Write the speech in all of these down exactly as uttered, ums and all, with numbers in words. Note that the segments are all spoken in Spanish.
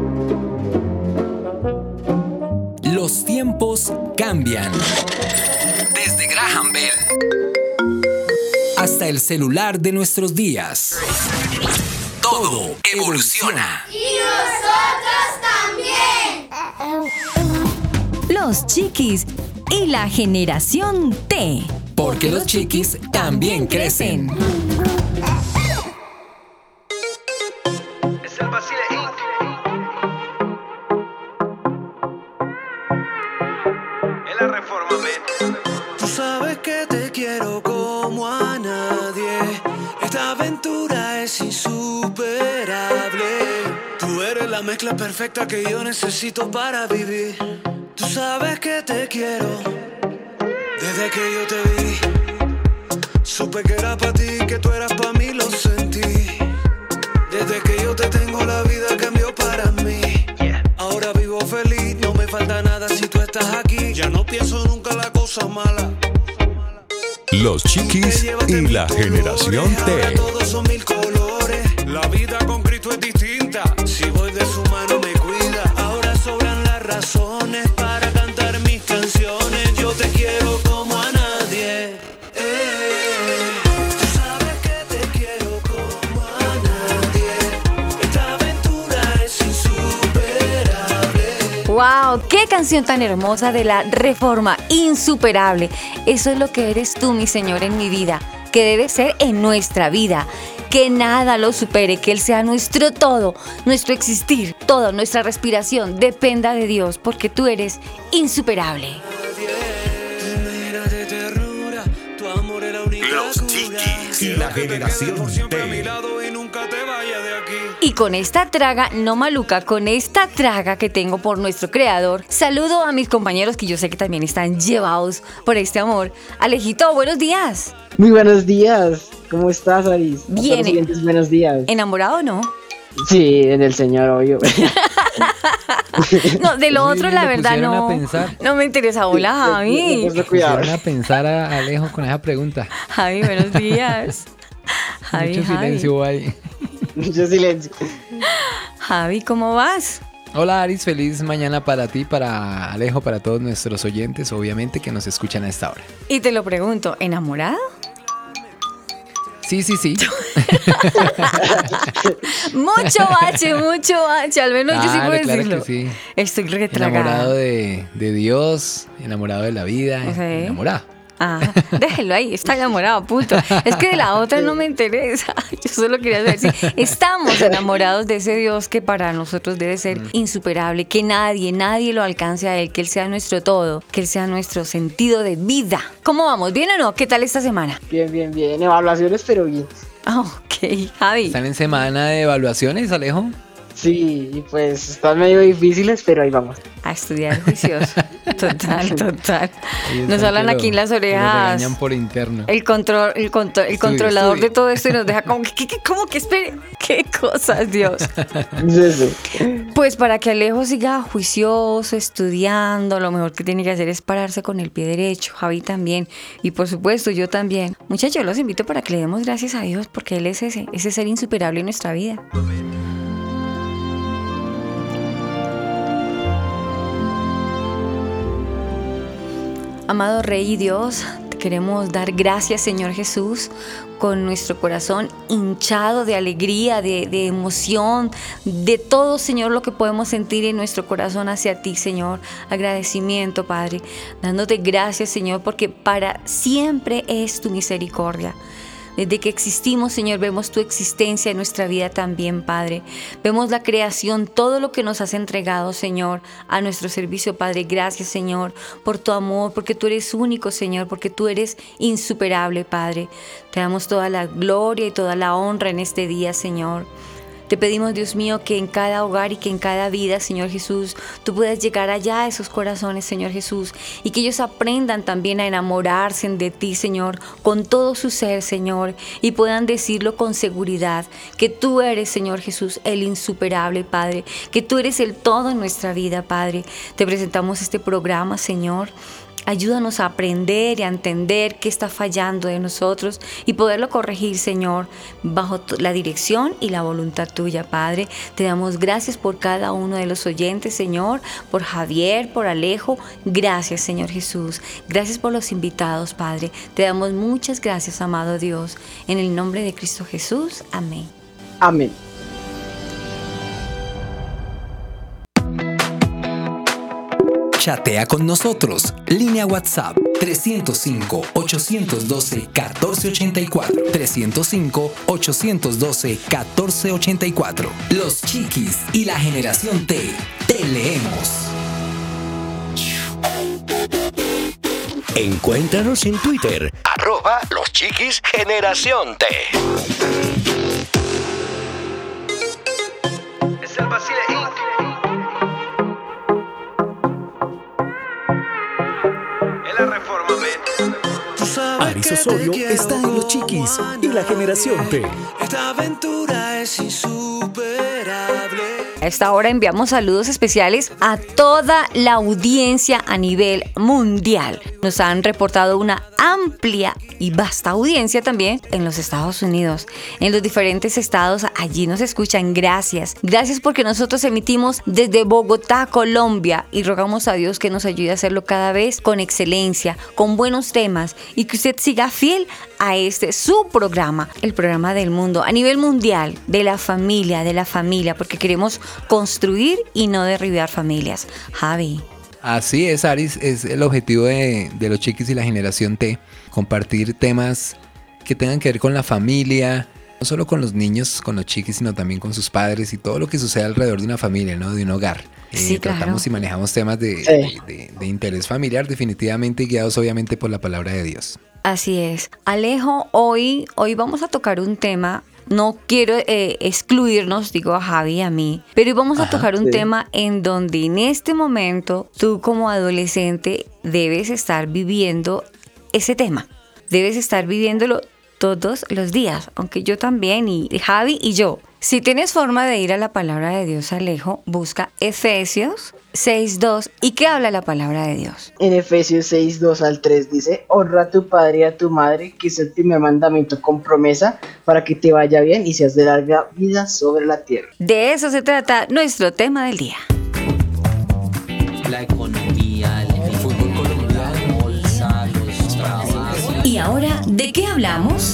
Los tiempos cambian. Desde Graham Bell hasta el celular de nuestros días. Todo evoluciona. ¡Y nosotros también! Los chiquis y la generación T. Porque los chiquis también crecen. Es el Basile Inc. Es la reforma, men. Tú sabes que te quiero como a nadie. Esta aventura es insuperable. Tú eres la mezcla perfecta que yo necesito para vivir. Tú sabes que te quiero. Desde que yo te vi, supe que era para ti, que tú eras para mí, lo sentí. Desde que yo te tengo, la vida cambió para mí. Ahora vivo feliz, no me falta nada si tú estás aquí. Ya no pienso nunca la cosa mala. Los chiquis y la generación T. Ahora todos son mil colores. La vida con Cristo es distinta. Si voy de su mano me cuida. Ahora sobran las razones para cantar mis canciones. Yo te quiero como a nadie. Eh, tú sabes que te quiero como a nadie. Esta aventura es insuperable. ¡Wow! ¡Qué canción tan hermosa de la Reforma! Insuperable. Eso es lo que eres tú, mi Señor, en mi vida. Que debe ser en nuestra vida. Que nada lo supere, que Él sea nuestro todo, nuestro existir, todo, nuestra respiración, dependa de Dios, porque tú eres insuperable. Los chiquis y la generación T. Y con esta traga, no maluca, con esta traga que tengo por nuestro creador, saludo a mis compañeros que yo sé que también están llevados por este amor. Alejito, buenos días. Muy buenos días. ¿Cómo estás, Aris? Bien. Los siguientes buenos días. ¿Enamorado o no? Sí, en el Señor, obvio. No, de lo Sí, otro me la lo verdad pusieron no. a pensar. No me interesa. Hola, Javi. Tengo cuidado. Pusieron a pensar a Alejo con esa pregunta. Javi, buenos días. Javi, Mucho Javi. silencio ahí. Mucho silencio. Javi, ¿cómo vas? Hola Aris, feliz mañana para ti, para Alejo, para todos nuestros oyentes, obviamente, que nos escuchan a esta hora. Y te lo pregunto, ¿enamorado? Sí, sí, sí. Mucho bache, mucho bache. Al menos yo sí Claro, puedo claro decirlo. que sí. Estoy retragada. Enamorado de, de Dios, enamorado de la vida, Ok. enamorado. Ah, déjelo ahí, está enamorado, punto. Es que de la otra no me interesa. Yo solo quería saber si estamos enamorados de ese Dios que para nosotros debe ser insuperable, que nadie, nadie lo alcance a Él, que Él sea nuestro todo, que Él sea nuestro sentido de vida. ¿Cómo vamos? ¿Bien o no? ¿Qué tal esta semana? Bien, bien, bien. Evaluaciones, pero bien. Ah, ok, Javi. ¿Están en semana de evaluaciones, Alejo? Sí, y pues están medio difíciles, pero ahí vamos. A estudiar juicios. Total, total. Ellos Nos están hablan que aquí en lo- las que lo orejas. regañan por interno. El control, el control, el Estudie, controlador estudie. de todo esto y nos deja como que, que- que- como que espere, qué cosas, Dios. Es eso. Pues para que Alejo siga juicioso, estudiando, lo mejor que tiene que hacer es pararse con el pie derecho. Javi también. Y por supuesto, yo también. Muchachos, los invito para que le demos gracias a Dios porque Él es ese, ese ser insuperable en nuestra vida. Amado Rey y Dios, te queremos dar gracias, Señor Jesús, con nuestro corazón hinchado de alegría, de, de emoción, de todo, Señor, lo que podemos sentir en nuestro corazón hacia ti, Señor. Agradecimiento, Padre, dándote gracias, Señor, porque para siempre es tu misericordia. Desde que existimos, Señor, vemos tu existencia en nuestra vida también, Padre. Vemos la creación, todo lo que nos has entregado, Señor, a nuestro servicio, Padre. Gracias, Señor, por tu amor, porque tú eres único, Señor, porque tú eres insuperable, Padre. Te damos toda la gloria y toda la honra en este día, Señor. Te pedimos, Dios mío, que en cada hogar y que en cada vida, Señor Jesús, tú puedas llegar allá a esos corazones, Señor Jesús, y que ellos aprendan también a enamorarse de ti, Señor, con todo su ser, Señor, y puedan decirlo con seguridad, que tú eres, Señor Jesús, el insuperable, Padre, que tú eres el todo en nuestra vida, Padre. Te presentamos este programa, Señor, Ayúdanos a aprender y a entender qué está fallando de nosotros y poderlo corregir, Señor, bajo la dirección y la voluntad tuya, Padre. Te damos gracias por cada uno de los oyentes, Señor, por Javier, por Alejo. Gracias, Señor Jesús. Gracias por los invitados, Padre. Te damos muchas gracias, amado Dios. En el nombre de Cristo Jesús. Amén. Amén. Chatea con nosotros. Línea WhatsApp trescientos cinco, ochocientos doce, catorce ochenta y cuatro. trescientos cinco, ochocientos doce, catorce ochenta y cuatro. Los Chiquis y la Generación T. Te leemos. Encuéntranos en Twitter, arroba Los Chiquis Generación T. Es el Basile Inc. Es la reforma mente. Tú sabes Aris que Osorio te quiero está en Los Chiquis y la Generación T. Esta aventura es insuperable. A esta hora enviamos saludos especiales a toda la audiencia a nivel mundial. Nos han reportado una amplia y vasta audiencia también en los Estados Unidos. En los diferentes estados, allí nos escuchan. Gracias. Gracias porque nosotros emitimos desde Bogotá, Colombia, y rogamos a Dios que nos ayude a hacerlo cada vez con excelencia, con buenos temas, y que usted siga fiel a este su programa, el programa del mundo, a nivel mundial, de la familia, de la familia, porque queremos construir y no derribar familias. Javi. Así es, Aris, es el objetivo de, de Los Chiquis y la Generación T, compartir temas que tengan que ver con la familia, no solo con los niños, con los chiquis, sino también con sus padres y todo lo que sucede alrededor de una familia, ¿no? De un hogar. Sí, eh, claro. Tratamos y manejamos temas de, Sí. de, de, de interés familiar, definitivamente guiados obviamente por la palabra de Dios. Así es. Alejo, hoy, hoy vamos a tocar un tema. No quiero eh, excluirnos, digo a Javi y a mí, pero hoy vamos a Ajá, tocar un sí. tema en donde en este momento tú como adolescente debes estar viviendo ese tema. Debes estar viviéndolo todos los días, aunque yo también, y Javi y yo. Si tienes forma de ir a la palabra de Dios, Alejo, busca Efesios seis dos. ¿Y qué habla la palabra de Dios? En Efesios seis, dos al tres dice: honra a tu padre y a tu madre, que es el primer mandamiento con promesa, para que te vaya bien y seas de larga vida sobre la tierra. De eso se trata nuestro tema del día. La economía, el fútbol colombiano, la bolsa, los trabajos. ¿Y ahora de qué hablamos?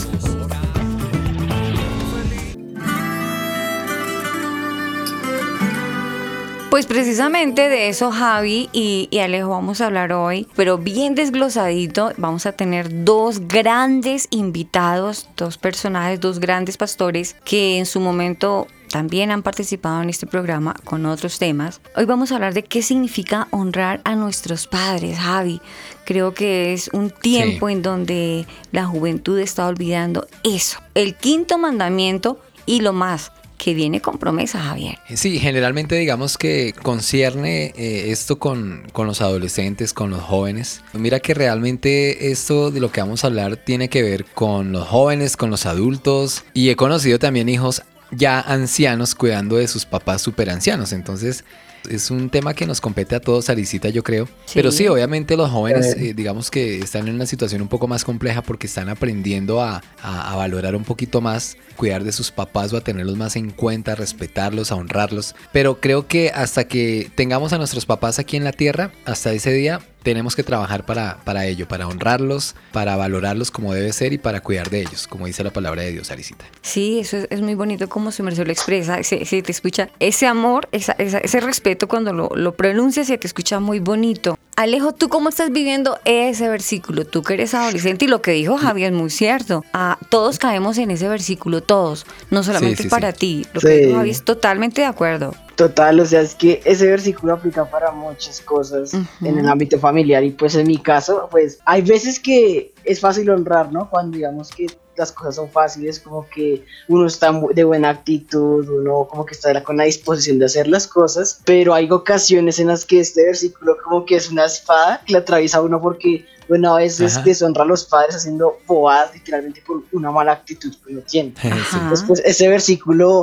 Pues precisamente de eso Javi y, y Alejo vamos a hablar hoy, pero bien desglosadito. Vamos a tener dos grandes invitados, dos personajes, dos grandes pastores que en su momento también han participado en este programa con otros temas. Hoy vamos a hablar de qué significa honrar a nuestros padres, Javi. Creo que es un tiempo Sí. en donde la juventud está olvidando eso. El quinto mandamiento y lo más, que viene con promesa, Javier. Sí, generalmente digamos que concierne eh, esto con, con los adolescentes, con los jóvenes. Mira que realmente esto de lo que vamos a hablar tiene que ver con los jóvenes, con los adultos, y he conocido también hijos ya ancianos cuidando de sus papás súper ancianos. Entonces es un tema que nos compete a todos, Arisita, yo creo. Sí. Pero sí, obviamente los jóvenes eh, digamos que están en una situación un poco más compleja porque están aprendiendo a, a, a valorar un poquito más, cuidar de sus papás o a tenerlos más en cuenta, a respetarlos, a honrarlos. Pero creo que hasta que tengamos a nuestros papás aquí en la tierra, hasta ese día tenemos que trabajar para, para ello, para honrarlos, para valorarlos como debe ser y para cuidar de ellos, como dice la palabra de Dios, Arisita. Sí, eso es, es muy bonito como su merced lo expresa. Se, se te escucha ese amor, esa, esa, ese respeto cuando lo, lo pronuncias, se te escucha muy bonito. Alejo, ¿tú cómo estás viviendo ese versículo? Tú que eres adolescente y lo que dijo Javi es muy cierto. Ah, todos caemos en ese versículo, todos. No solamente Sí, sí, es para sí. ti. Lo Sí. que dijo Javi es totalmente de acuerdo. Total, o sea, es que ese versículo aplica para muchas cosas Ujú. en el ámbito familiar, y pues en mi caso, pues hay veces que es fácil honrar, ¿no? Cuando digamos que las cosas son fáciles, como que uno está mu- de buena actitud, uno como que está con la disposición de hacer las cosas, pero hay ocasiones en las que este versículo como que es una espada que le atraviesa a uno, porque bueno, a veces Ajá. deshonra a los padres haciendo bobadas literalmente por una mala actitud que uno tiene. Ajá. Entonces, pues ese versículo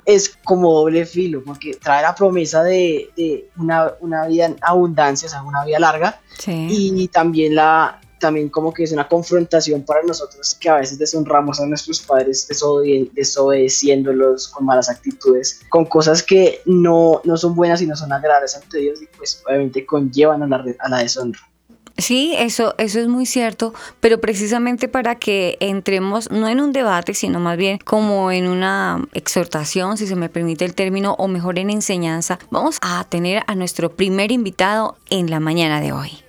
es como doble filo, porque trae la promesa de, de una, una vida en abundancia, o sea, una vida larga, Sí. y también la también como que es una confrontación para nosotros que a veces deshonramos a nuestros padres desobedi- desobedeciéndolos con malas actitudes, con cosas que no, no son buenas y no son agradables ante Dios, y pues obviamente conllevan a la, re- a la deshonra. Sí, eso, eso es muy cierto, pero precisamente para que entremos no en un debate, sino más bien como en una exhortación, si se me permite el término, o mejor en enseñanza, vamos a tener a nuestro primer invitado en la mañana de hoy.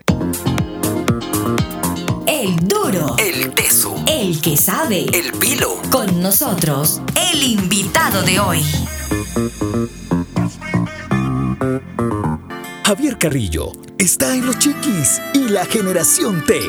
El duro. El teso. El que sabe. El pilo. Con nosotros, el invitado de hoy. Javier Carrillo está en Los Chiquis y la Generación T.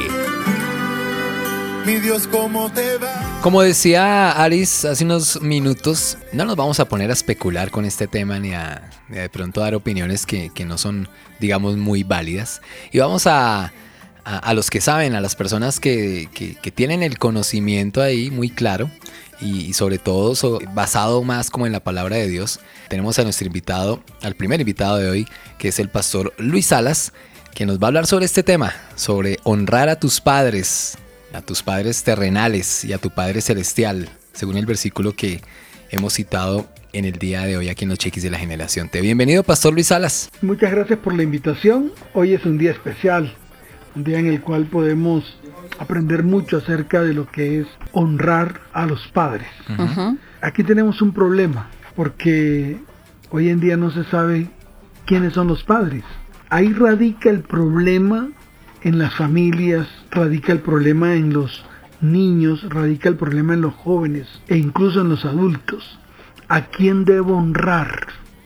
Mi Dios, ¿cómo te va? Como decía Aris hace unos minutos, no nos vamos a poner a especular con este tema ni a, ni a de pronto dar opiniones que, que no son, digamos, muy válidas. Y vamos a, a, a los que saben, a las personas que, que, que tienen el conocimiento ahí muy claro y, y sobre todo so, basado más como en la palabra de Dios. Tenemos a nuestro invitado, al primer invitado de hoy, que es el pastor Luis Salas, que nos va a hablar sobre este tema, sobre honrar a tus padres, a tus padres terrenales y a tu Padre Celestial, según el versículo que hemos citado en el día de hoy aquí en Los Chiquis de la Generación T. Bienvenido, pastor Luis Salas. Muchas gracias por la invitación. Hoy es un día especial, un día en el cual podemos aprender mucho acerca de lo que es honrar a los padres. Uh-huh. Aquí tenemos un problema, porque hoy en día no se sabe quiénes son los padres. Ahí radica el problema en las familias, radica el problema en los niños, radica el problema en los jóvenes e incluso en los adultos. ¿A quién debo honrar?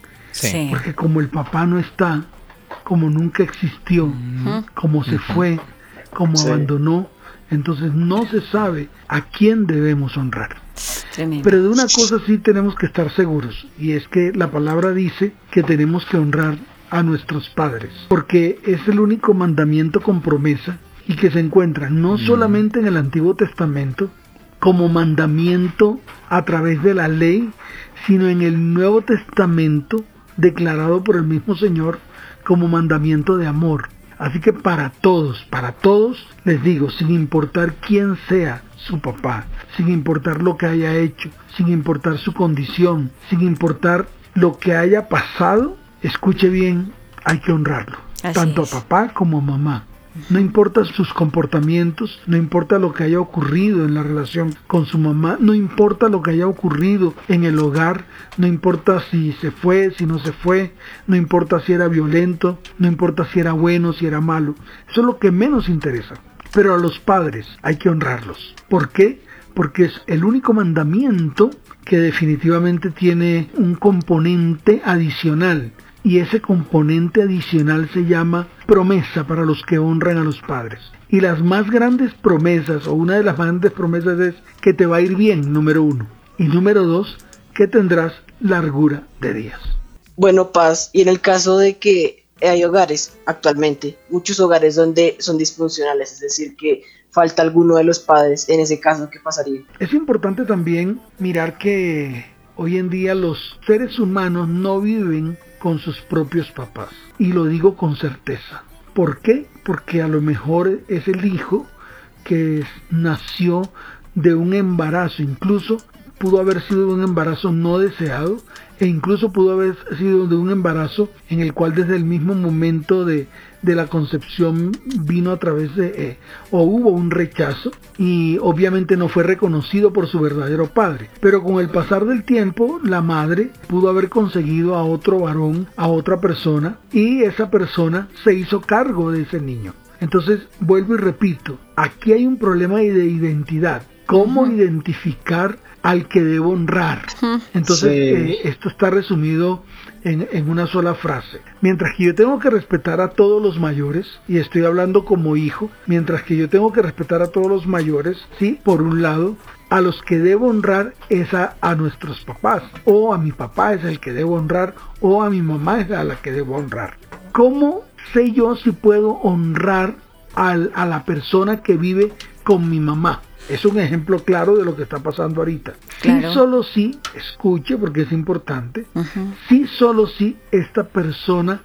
Sí. Porque como el papá no está, como nunca existió, Uh-huh. como se fue, como Sí. abandonó, entonces no se sabe a quién debemos honrar. Tremendo. Pero de una cosa sí tenemos que estar seguros, y es que la palabra dice que tenemos que honrar a nuestros padres, porque es el único mandamiento con promesa y que se encuentra no solamente en el Antiguo Testamento como mandamiento a través de la ley, sino en el Nuevo Testamento declarado por el mismo Señor como mandamiento de amor. Así que para todos, para todos, les digo, sin importar quién sea su papá, sin importar lo que haya hecho, sin importar su condición, sin importar lo que haya pasado, escuche bien, hay que honrarlo, Así tanto es. a papá como a mamá. No importa sus comportamientos, no importa lo que haya ocurrido en la relación con su mamá, no importa lo que haya ocurrido en el hogar, no importa si se fue, si no se fue, no importa si era violento, no importa si era bueno, si era malo. Eso es lo que menos interesa. Pero a los padres hay que honrarlos. ¿Por qué? Porque es el único mandamiento que definitivamente tiene un componente adicional. Y ese componente adicional se llama promesa para los que honran a los padres. Y las más grandes promesas, o una de las más grandes promesas es que te va a ir bien, número uno. Y número dos, que tendrás largura de días. Bueno, Paz, y en el caso de que hay hogares actualmente, muchos hogares donde son disfuncionales, es decir, que falta alguno de los padres, en ese caso, ¿qué pasaría? Es importante también mirar que hoy en día los seres humanos no viven con sus propios papás. Y lo digo con certeza. ¿Por qué? Porque a lo mejor es el hijo que nació de un embarazo, incluso pudo haber sido un embarazo no deseado, e incluso pudo haber sido de un embarazo en el cual desde el mismo momento de, de la concepción vino a través de, eh, o hubo un rechazo, y obviamente no fue reconocido por su verdadero padre. Pero con el pasar del tiempo, la madre pudo haber conseguido a otro varón, a otra persona, y esa persona se hizo cargo de ese niño. Entonces, vuelvo y repito, aquí hay un problema de identidad. ¿Cómo uh-huh. identificar al que debo honrar? Entonces, sí. eh, esto está resumido en, en una sola frase. Mientras que yo tengo que respetar a todos los mayores, y estoy hablando como hijo, mientras que yo tengo que respetar a todos los mayores, sí, por un lado, a los que debo honrar es a, a nuestros papás, o a mi papá es el que debo honrar, o a mi mamá es a la que debo honrar. ¿Cómo sé yo si puedo honrar al, a la persona que vive con mi mamá? Es un ejemplo claro de lo que está pasando ahorita. Claro. Sí, solo sí, escuche porque es importante, Uh-huh. sí, solo sí, esta persona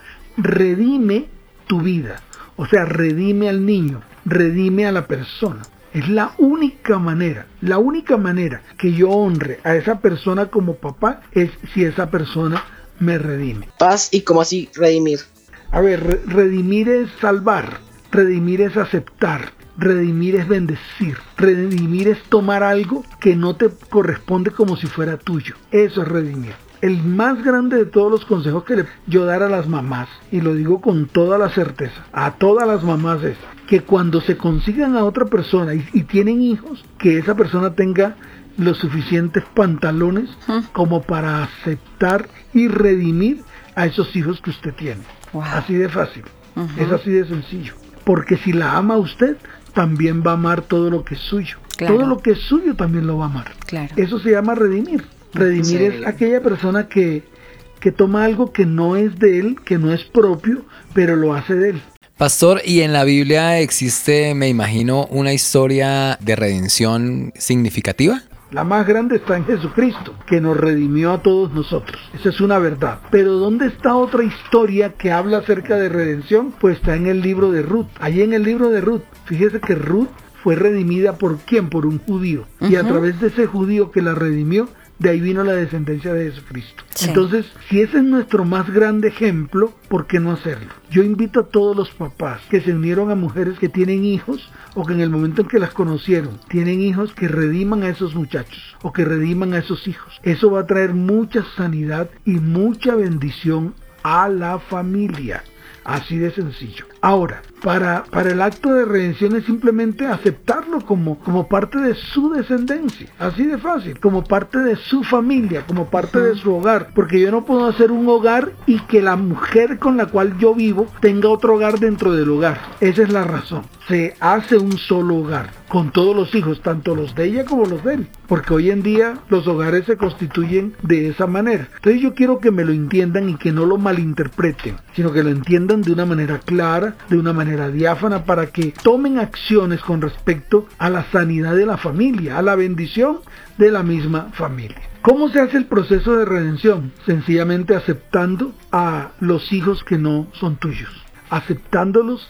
redime tu vida. O sea, redime al niño, redime a la persona. Es la única manera, la única manera que yo honre a esa persona como papá es si esa persona me redime. Paz, ¿y cómo así redimir? A ver, re- redimir es salvar, redimir es aceptar, redimir es bendecir, redimir es tomar algo que no te corresponde como si fuera tuyo. Eso es redimir. El más grande de todos los consejos que le yo dar a las mamás, y lo digo con toda la certeza, a todas las mamás es que cuando se consigan a otra persona y, y tienen hijos, que esa persona tenga los suficientes pantalones Uh-huh. como para aceptar y redimir a esos hijos que usted tiene. Wow. Así de fácil, Uh-huh. es así de sencillo. Porque si la ama usted, también va a amar todo lo que es suyo. Claro. Todo lo que es suyo también lo va a amar. Claro. Eso se llama redimir. Redimir Sí. es aquella persona que, que toma algo que no es de él, que no es propio, pero lo hace de él. Pastor, ¿y en la Biblia existe, me imagino, una historia de redención significativa? La más grande está en Jesucristo, que nos redimió a todos nosotros. Esa es una verdad. Pero ¿dónde está otra historia que habla acerca de redención? Pues está en el libro de Ruth. Allí en el libro de Ruth, fíjese que Ruth fue redimida ¿por quién? Por un judío. Y a Ujú. través de ese judío que la redimió, de ahí vino la descendencia de Jesucristo. Sí. Entonces, si ese es nuestro más grande ejemplo, ¿por qué no hacerlo? Yo invito a todos los papás que se unieron a mujeres que tienen hijos o que en el momento en que las conocieron tienen hijos, que rediman a esos muchachos o que rediman a esos hijos. Eso va a traer mucha sanidad y mucha bendición a la familia. Así de sencillo. Ahora, para, para el acto de redención es simplemente aceptarlo como, como parte de su descendencia. Así de fácil. Como parte de su familia, como parte de su hogar. Porque yo no puedo hacer un hogar y que la mujer con la cual yo vivo tenga otro hogar dentro del hogar. Esa es la razón. Se hace un solo hogar con todos los hijos, tanto los de ella como los de él. Porque hoy en día los hogares se constituyen de esa manera. Entonces yo quiero que me lo entiendan y que no lo malinterpreten, sino que lo entiendan de una manera clara, de una manera diáfana, para que tomen acciones con respecto a la sanidad de la familia, a la bendición de la misma familia. ¿Cómo se hace el proceso de redención? Sencillamente aceptando a los hijos que no son tuyos, aceptándolos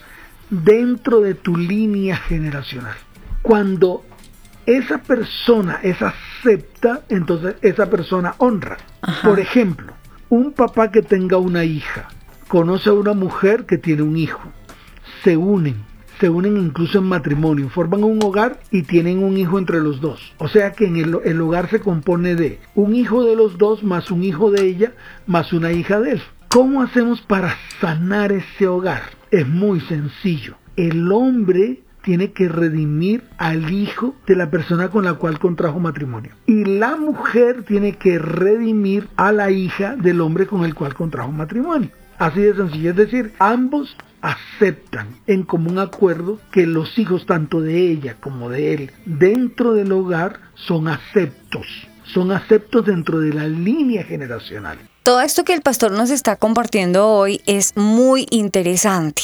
dentro de tu línea generacional. Cuando esa persona es acepta, entonces esa persona honra. Ajá. Por ejemplo, un papá que tenga una hija, conoce a una mujer que tiene un hijo, se unen, se unen incluso en matrimonio, forman un hogar y tienen un hijo entre los dos. O sea que en el, el hogar se compone de un hijo de los dos, más un hijo de ella, más una hija de él. ¿Cómo hacemos para sanar ese hogar? Es muy sencillo. El hombre tiene que redimir al hijo de la persona con la cual contrajo matrimonio. Y la mujer tiene que redimir a la hija del hombre con el cual contrajo matrimonio. Así de sencillo, es decir, ambos aceptan en común acuerdo que los hijos tanto de ella como de él dentro del hogar son aceptos, son aceptos dentro de la línea generacional. Todo esto que el pastor nos está compartiendo hoy es muy interesante,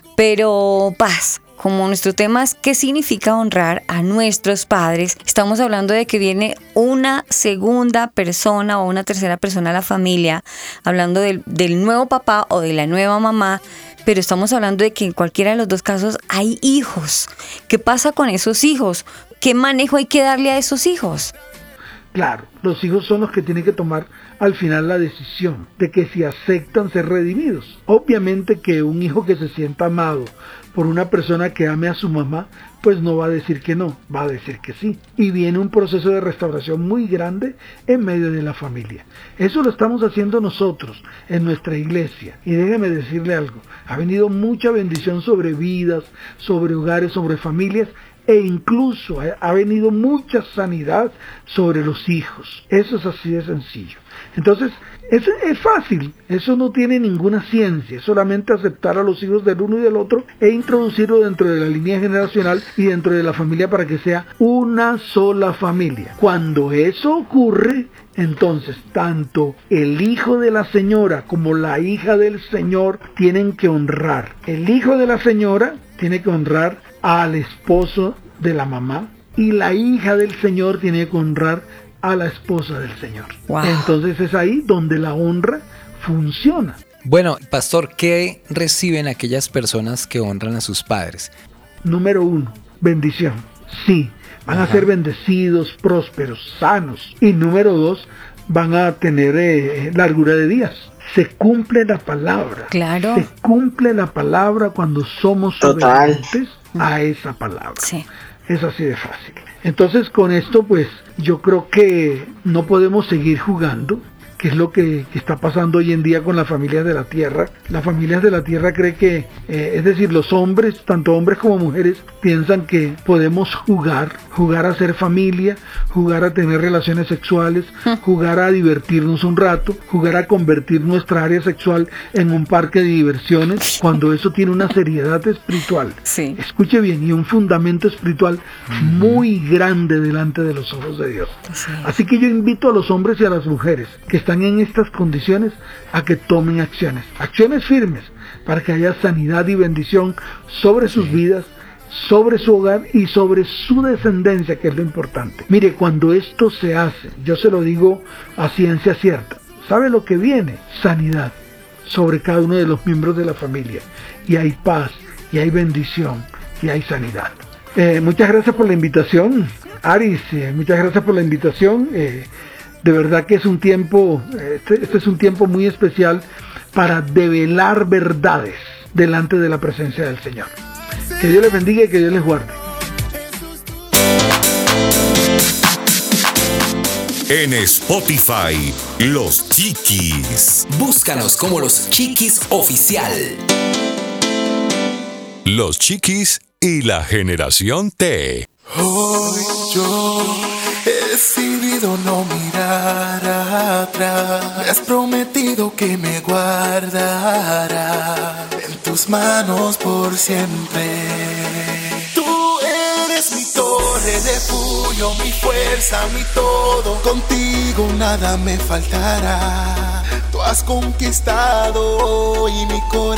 pero Paz, como nuestro tema es ¿qué significa honrar a nuestros padres? Estamos hablando de que viene una segunda persona o una tercera persona a la familia, hablando del, del nuevo papá o de la nueva mamá, pero estamos hablando de que en cualquiera de los dos casos hay hijos. ¿Qué pasa con esos hijos? ¿Qué manejo hay que darle a esos hijos? Claro, los hijos son los que tienen que tomar al final la decisión de que si aceptan ser redimidos. Obviamente que un hijo que se sienta amado por una persona que ame a su mamá, pues no va a decir que no, va a decir que sí. Y viene un proceso de restauración muy grande en medio de la familia. Eso lo estamos haciendo nosotros en nuestra iglesia. Y déjeme decirle algo, ha venido mucha bendición sobre vidas, sobre hogares, sobre familias, e incluso ha venido mucha sanidad sobre los hijos. Eso es así de sencillo. Entonces, eso es fácil, eso no tiene ninguna ciencia, es solamente aceptar a los hijos del uno y del otro e introducirlo dentro de la línea generacional y dentro de la familia para que sea una sola familia. Cuando eso ocurre, entonces tanto el hijo de la señora como la hija del señor tienen que honrar. El hijo de la señora tiene que honrar al esposo de la mamá y la hija del Señor tiene que honrar a la esposa del Señor. Wow. Entonces es ahí donde la honra funciona. Bueno, pastor, ¿qué reciben aquellas personas que honran a sus padres? Número uno, bendición. Sí, van Ajá. a ser bendecidos, prósperos, sanos. Y número dos, van a tener eh, largura de días. Se cumple la palabra. Claro. Se cumple la palabra cuando somos obedientes a esa palabra. Sí. Es así de fácil. Entonces con esto pues yo creo que no podemos seguir jugando, que es lo que, que está pasando hoy en día con las familias de la tierra. Las familias de la tierra creen que, eh, es decir, los hombres, tanto hombres como mujeres, piensan que podemos jugar, jugar a ser familia, jugar a tener relaciones sexuales, jugar a divertirnos un rato, jugar a convertir nuestra área sexual en un parque de diversiones, cuando eso tiene una seriedad espiritual. Sí. Escuche bien, y un fundamento espiritual muy grande delante de los ojos de Dios. Sí. Así que yo invito a los hombres y a las mujeres que están en estas condiciones a que tomen acciones, acciones firmes, para que haya sanidad y bendición sobre sus Sí. vidas, sobre su hogar y sobre su descendencia, que es lo importante. Mire, cuando esto se hace, yo se lo digo a ciencia cierta, ¿sabe lo que viene? Sanidad sobre cada uno de los miembros de la familia, y hay paz, y hay bendición, y hay sanidad. Eh, muchas gracias por la invitación, Aris, eh, muchas gracias por la invitación. Eh, de verdad que es un tiempo, este, este es un tiempo muy especial para develar verdades delante de la presencia del Señor. Que Dios les bendiga y que Dios les guarde. En Spotify, Los Chiquis. Búscanos como Los Chiquis Oficial. Los Chiquis y la Generación T. Hoy yo he decidido no mirar atrás. Me has prometido que me guardarás en tus manos por siempre. Tú eres mi torre, refugio, mi fuerza, mi todo. Contigo nada me faltará. Tú has conquistado hoy mi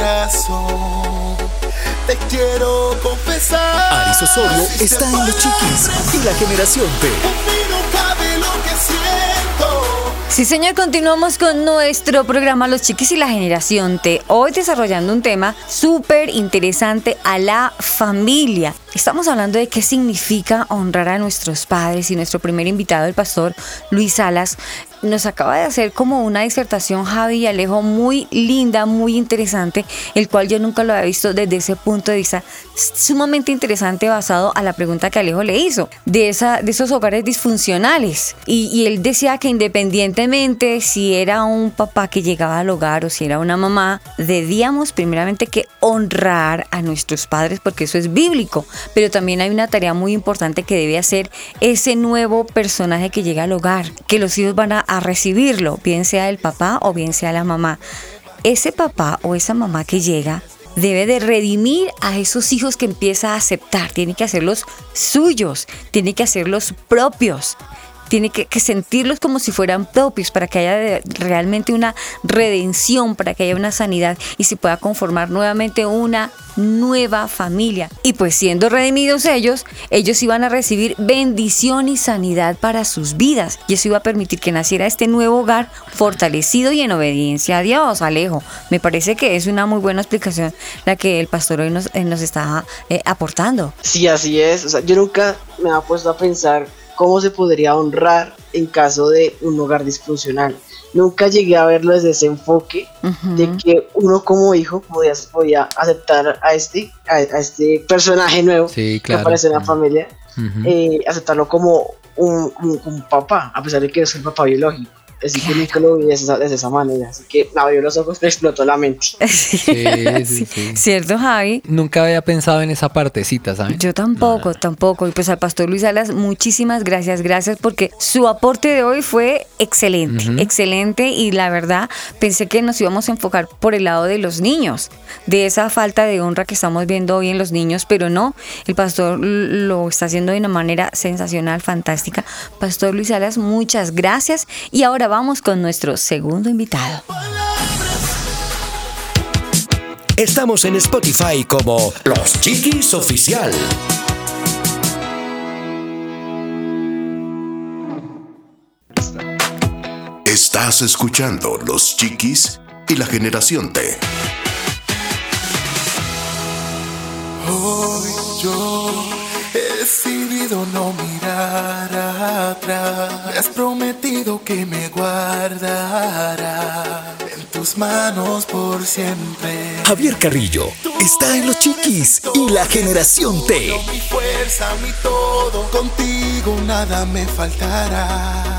corazón. Te quiero confesar. Aris Osorio si está en Los Chiquis y la Generación T. En mí no cabe lo que siento. Sí, señor, continuamos con nuestro programa Los Chiquis y la Generación T. Hoy desarrollando un tema súper interesante, a la familia. Estamos hablando de qué significa honrar a nuestros padres, y nuestro primer invitado, el pastor Luis Salas, nos acaba de hacer como una disertación, Javi y Alejo, muy linda, muy interesante, el cual yo nunca lo había visto desde ese punto de vista sumamente interesante, basado a la pregunta que Alejo le hizo, de, esa, de esos hogares disfuncionales. Y, y él decía que independientemente si era un papá que llegaba al hogar o si era una mamá, debíamos primeramente que honrar a nuestros padres, porque eso es bíblico. Pero también hay una tarea muy importante que debe hacer ese nuevo personaje que llega al hogar, que los hijos van a, a recibirlo, bien sea el papá o bien sea la mamá. Ese papá o esa mamá que llega debe de redimir a esos hijos que empieza a aceptar, tiene que hacerlos suyos, tiene que hacerlos propios. Tiene que, que sentirlos como si fueran propios, para que haya de, realmente una redención, para que haya una sanidad y se pueda conformar nuevamente una nueva familia. Y pues siendo redimidos ellos, ellos iban a recibir bendición y sanidad para sus vidas, y eso iba a permitir que naciera este nuevo hogar fortalecido y en obediencia a Dios. Alejo, me parece que es una muy buena explicación la que el pastor hoy nos, eh, nos está eh, aportando. Sí, así es. O sea, yo nunca me había puesto a pensar cómo se podría honrar en caso de un hogar disfuncional. Nunca llegué a verlo desde ese enfoque, uh-huh, de que uno como hijo podía, podía aceptar a este, a, a este personaje nuevo, sí, claro, que aparece en la uh-huh, familia, uh-huh, eh, aceptarlo como un, un, un papá, a pesar de que es el papá biológico. Así claro, que nunca lo vi de esa, de esa manera. Así que me abrió los ojos, me explotó la mente. Sí, sí, sí, sí. ¿Cierto, Javi? Nunca había pensado en esa partecita, ¿sabes? Yo tampoco, no. tampoco. Y pues al pastor Luis Salas, muchísimas gracias, gracias, porque su aporte de hoy fue excelente, uh-huh, excelente. Y la verdad, pensé que nos íbamos a enfocar por el lado de los niños, de esa falta de honra que estamos viendo hoy en los niños, pero no, el pastor lo está haciendo de una manera sensacional, fantástica. Pastor Luis Salas, muchas gracias. Y ahora vamos con nuestro segundo invitado. Estamos en Spotify como Los Chiquis Oficial. Estás escuchando Los Chiquis y la Generación T. Hoy yo he decidido no mirar atrás. Me has prometido que me guardará en tus manos por siempre. Javier Carrillo está en Los Chiquis y la Generación T. Mi fuerza, mi todo, contigo nada me faltará.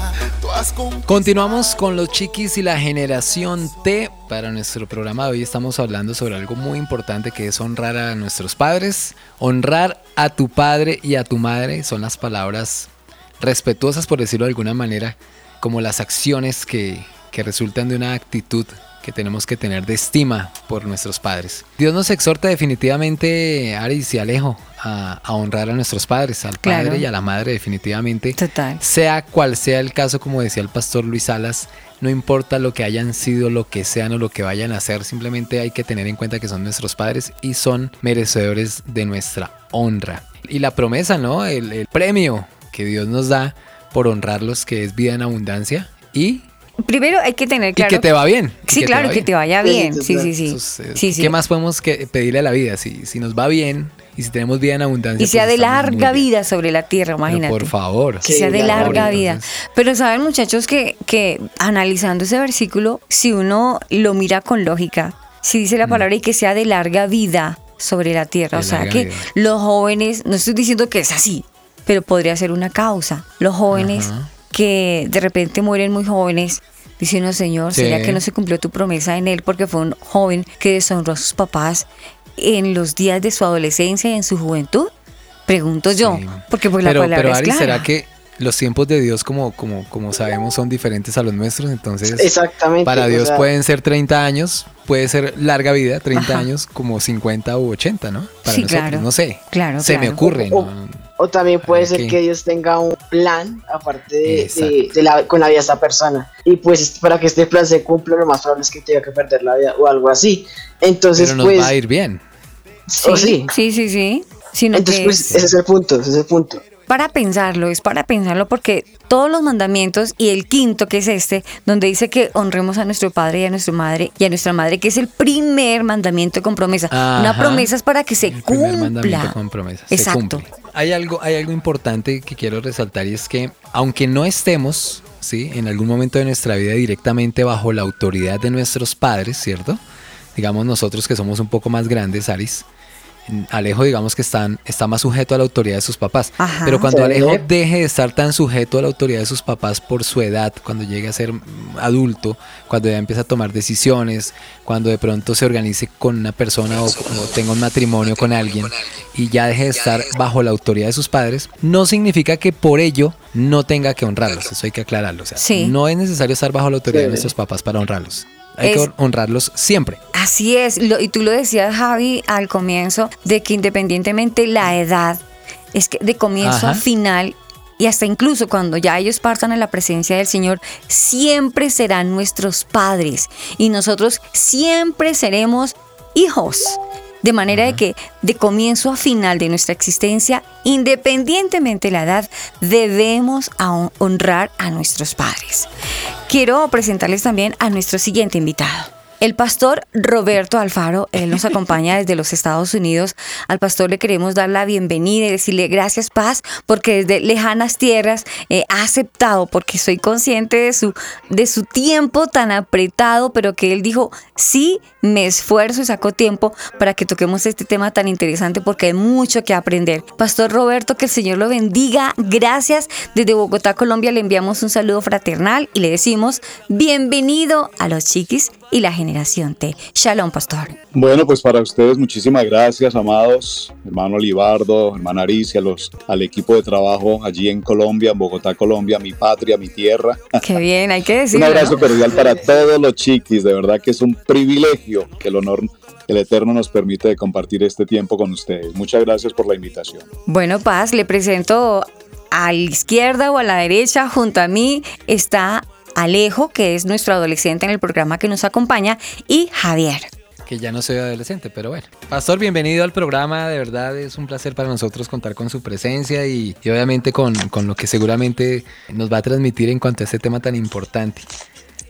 Continuamos con Los Chiquis y la Generación T. Para nuestro programa de hoy estamos hablando sobre algo muy importante, que es honrar a nuestros padres. Honrar a tu padre y a tu madre son las palabras respetuosas, por decirlo de alguna manera, como las acciones que, que resultan de una actitud que tenemos que tener de estima por nuestros padres. Dios nos exhorta definitivamente, Aris y Alejo, a, a honrar a nuestros padres, al padre claro. y a la madre definitivamente. Total. Sea cual sea el caso, como decía el pastor Luis Salas, no importa lo que hayan sido, lo que sean o lo que vayan a hacer, simplemente hay que tener en cuenta que son nuestros padres y son merecedores de nuestra honra. Y la promesa, ¿no? El, el premio que Dios nos da por honrarlos, que es vida en abundancia y... Primero hay que tener claro... Y que te va bien. Sí, que claro, te que te vaya bien. Sí, sí, sí. Eso es, sí, sí. ¿Qué más podemos que pedirle a la vida? Si, si nos va bien y si tenemos vida en abundancia... Y sea pues de larga vida sobre la tierra, imagínate. Pero por favor. Que sea de larga favor, vida. entonces... Pero saben, muchachos, que, que analizando ese versículo, si uno lo mira con lógica, si dice la palabra mm. y que sea de larga vida sobre la tierra, de o sea que vida. Los jóvenes, no estoy diciendo que es así, pero podría ser una causa. Los jóvenes Ajá. que de repente mueren muy jóvenes, dice uno, Señor, sí. ¿será que no se cumplió tu promesa en él porque fue un joven que deshonró a sus papás en los días de su adolescencia y en su juventud? Pregunto yo, sí. porque pues pero, la palabra pero, es Ari, clara. ¿será que los tiempos de Dios, como, como, como sabemos, son diferentes a los nuestros? Entonces, Exactamente, para Dios o sea, pueden ser treinta años, puede ser larga vida, treinta Ajá. años, como cincuenta u ochenta, ¿no? Para sí, nosotros, claro. no sé. Claro, Se claro. me ocurre, o, ¿no? O también puede ser ¿Qué? que Dios tenga un plan aparte de, de, de la, con la vida de esta persona. Y pues para que este plan se cumpla, lo más probable es que tenga que perder la vida o algo así. Entonces, Pero nos pues, va a ir bien. Sí, ¿o sí? sí, sí, sí. Sino Entonces, que pues, es, ese es el punto, ese es el punto. Para pensarlo, es para pensarlo porque todos los mandamientos y el quinto, que es este, donde dice que honremos a nuestro padre y a nuestra madre y a nuestra madre, que es el primer mandamiento con promesa. Ajá. Una promesa es para que se el primer cumpla. mandamiento con promesa. Exacto. Se cumple. Hay algo, hay algo importante que quiero resaltar, y es que aunque no estemos, ¿sí?, en algún momento de nuestra vida directamente bajo la autoridad de nuestros padres, ¿cierto? Digamos nosotros que somos un poco más grandes, Aris, Alejo, digamos que están, está más sujeto a la autoridad de sus papás. Ajá. Pero cuando Sí. Alejo deje de estar tan sujeto a la autoridad de sus papás por su edad, cuando llegue a ser adulto, cuando ya empieza a tomar decisiones, cuando de pronto se organice con una persona o, o tenga un matrimonio con alguien y ya deje de estar bajo la autoridad de sus padres, no significa que por ello no tenga que honrarlos. Eso hay que aclararlo. O sea, Sí. no es necesario estar bajo la autoridad Sí. de nuestros papás para honrarlos. Hay Es- que honrarlos siempre. Así es, lo, y tú lo decías, Javi, al comienzo, de que independientemente la edad, es que de comienzo Ajá. a final, y hasta incluso cuando ya ellos partan a la presencia del Señor, siempre serán nuestros padres, y nosotros siempre seremos hijos. De manera de que de comienzo a final de nuestra existencia, independientemente de la edad, debemos a- honrar a nuestros padres. Quiero presentarles también a nuestro siguiente invitado. El pastor Roberto Alfaro, él nos acompaña desde los Estados Unidos. Al pastor le queremos dar la bienvenida y decirle gracias, Paz, porque desde lejanas tierras eh, ha aceptado, porque soy consciente de su, de su tiempo tan apretado, pero que él dijo, sí, me esfuerzo y saco tiempo para que toquemos este tema tan interesante porque hay mucho que aprender. Pastor Roberto, que el Señor lo bendiga. Gracias. Desde Bogotá, Colombia, le enviamos un saludo fraternal y le decimos bienvenido a Los Chiquis y la Generación T. Shalom, pastor. Bueno, pues para ustedes muchísimas gracias, amados, hermano Libardo, hermana Aricia, los, al equipo de trabajo allí en Colombia, en Bogotá, Colombia, mi patria, mi tierra. Qué bien, hay que Un decirlo. abrazo ¿no? cordial para todos los chiquis, de verdad que es un privilegio que el honor, el Eterno nos permite de compartir este tiempo con ustedes. Muchas gracias por la invitación. Bueno, Paz, le presento a la izquierda o a la derecha, junto a mí está Alejo, que es nuestro adolescente en el programa que nos acompaña, y Javier. Que ya no soy adolescente, pero bueno. Pastor, bienvenido al programa, de verdad es un placer para nosotros contar con su presencia y, y obviamente con, con lo que seguramente nos va a transmitir en cuanto a este tema tan importante.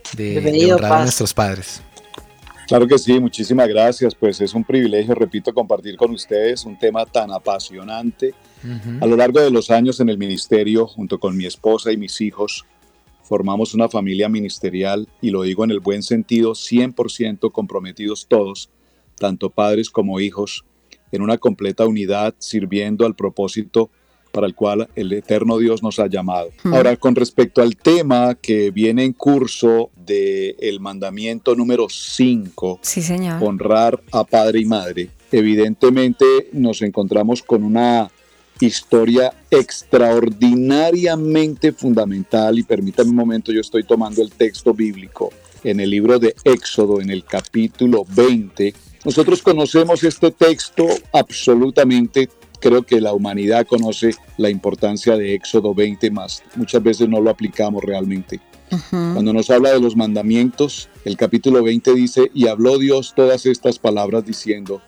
de, de honrar a nuestros padres. Claro que sí, muchísimas gracias. Pues es un privilegio, repito, compartir con ustedes un tema tan apasionante. Uh-huh. A lo largo de los años en el ministerio, junto con mi esposa y mis hijos, formamos una familia ministerial, y lo digo en el buen sentido, cien por ciento comprometidos todos, tanto padres como hijos, en una completa unidad, sirviendo al propósito para el cual el eterno Dios nos ha llamado. Hmm. Ahora, con respecto al tema que viene en curso del mandamiento número cinco, sí, señor, honrar a padre y madre, evidentemente nos encontramos con una historia extraordinariamente fundamental, y permítame un momento, yo estoy tomando el texto bíblico en el libro de Éxodo, en el capítulo veinte. Nosotros conocemos este texto absolutamente. Creo que la humanidad conoce la importancia de Éxodo veinte, más muchas veces no lo aplicamos realmente. Uh-huh. Cuando nos habla de los mandamientos, el capítulo veinte dice: y habló Dios todas estas palabras diciendo: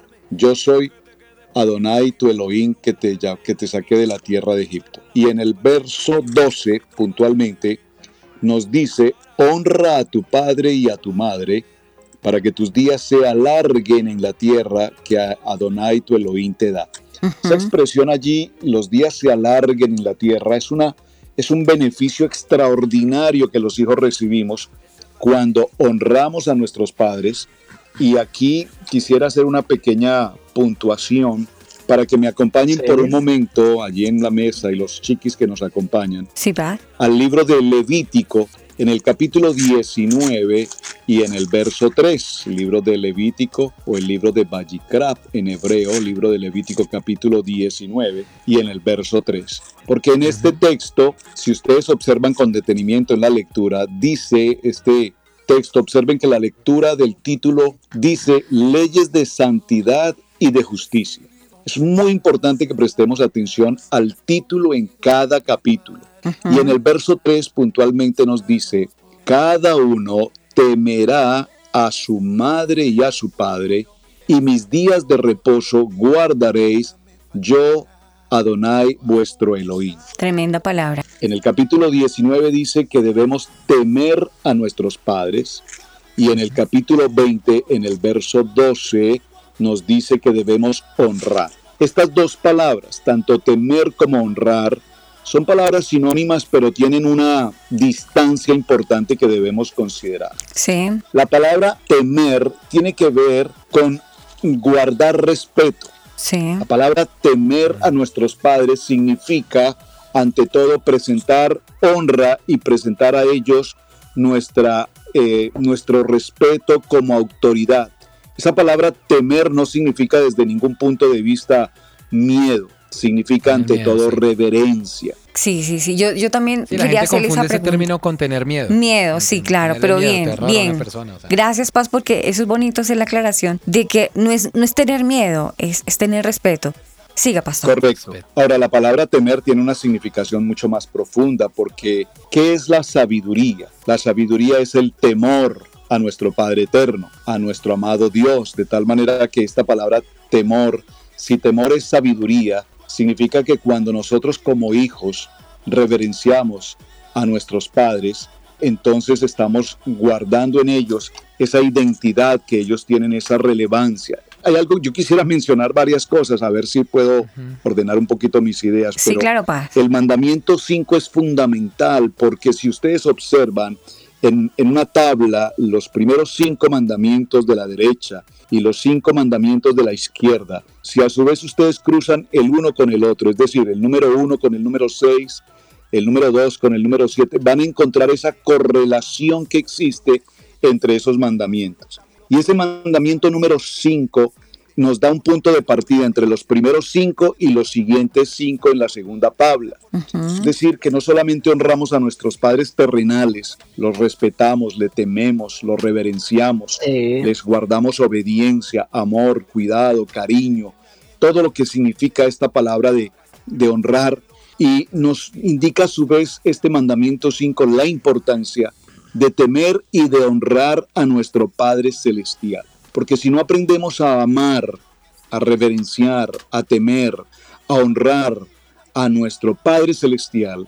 yo soy Adonai tu Elohim, que te, que te saqué de la tierra de Egipto. Y en el verso doce, puntualmente, nos dice: honra a tu padre y a tu madre, para que tus días se alarguen en la tierra que Adonai tu Elohim te da. Uh-huh. Esa expresión allí, los días se alarguen en la tierra, es, una, es un beneficio extraordinario que los hijos recibimos cuando honramos a nuestros padres. Y aquí quisiera hacer una pequeña puntuación para que me acompañen sí. por un momento allí en la mesa, y los chiquis que nos acompañan, sí, va. al libro de Levítico, en el capítulo diecinueve y en el verso tres, libro de Levítico, o el libro de Vayikra en hebreo, libro de Levítico capítulo diecinueve y en el verso tres. Porque en este texto, si ustedes observan con detenimiento en la lectura, dice este texto, observen que la lectura del título dice leyes de santidad y de justicia. Es muy importante que prestemos atención al título en cada capítulo. Uh-huh. Y en el verso tres puntualmente nos dice: cada uno temerá a su madre y a su padre, y mis días de reposo guardaréis, yo, Adonai, vuestro Elohim. Tremenda palabra. En el capítulo diecinueve dice que debemos temer a nuestros padres, y en el capítulo veinte, en el verso doce, nos dice que debemos honrar. Estas dos palabras, tanto temer como honrar, son palabras sinónimas, pero tienen una distancia importante que debemos considerar. Sí. La palabra temer tiene que ver con guardar respeto. Sí. La palabra temer a nuestros padres significa, ante todo, presentar honra y presentar a ellos nuestra, eh, nuestro respeto como autoridad. Esa palabra temer no significa desde ningún punto de vista miedo, significa ante miedo, todo sí. reverencia. Sí, sí, sí. Yo, yo también sí, quería hacerle esa pregunta. Ese término con tener miedo. Miedo, sí, claro, pero miedo, bien, terror bien. A una persona, o sea. Gracias, Paz, porque eso es bonito hacer la aclaración de que no es, no es tener miedo, es, es tener respeto. Siga, pastor. Correcto. Ahora, la palabra temer tiene una significación mucho más profunda, porque ¿qué es la sabiduría? La sabiduría es el temor a nuestro Padre Eterno, a nuestro amado Dios, de tal manera que esta palabra temor, si temor es sabiduría, significa que cuando nosotros como hijos reverenciamos a nuestros padres, entonces estamos guardando en ellos esa identidad que ellos tienen, esa relevancia. Hay algo, yo quisiera mencionar varias cosas, a ver si puedo uh-huh. ordenar un poquito mis ideas. Sí, pero claro, pa. El mandamiento cinco es fundamental, porque si ustedes observan en, en una tabla los primeros cinco mandamientos de la derecha y los cinco mandamientos de la izquierda, si a su vez ustedes cruzan el uno con el otro, es decir, el número uno con el número seis, el número dos con el número siete, van a encontrar esa correlación que existe entre esos mandamientos. Y ese mandamiento número cinco nos da un punto de partida entre los primeros cinco y los siguientes cinco en la segunda tabla. Uh-huh. Es decir, que no solamente honramos a nuestros padres terrenales, los respetamos, le tememos, los reverenciamos, sí. les guardamos obediencia, amor, cuidado, cariño, todo lo que significa esta palabra de, de honrar. Y nos indica a su vez este mandamiento cinco la importancia de temer y de honrar a nuestro Padre Celestial. Porque si no aprendemos a amar, a reverenciar, a temer, a honrar a nuestro Padre Celestial,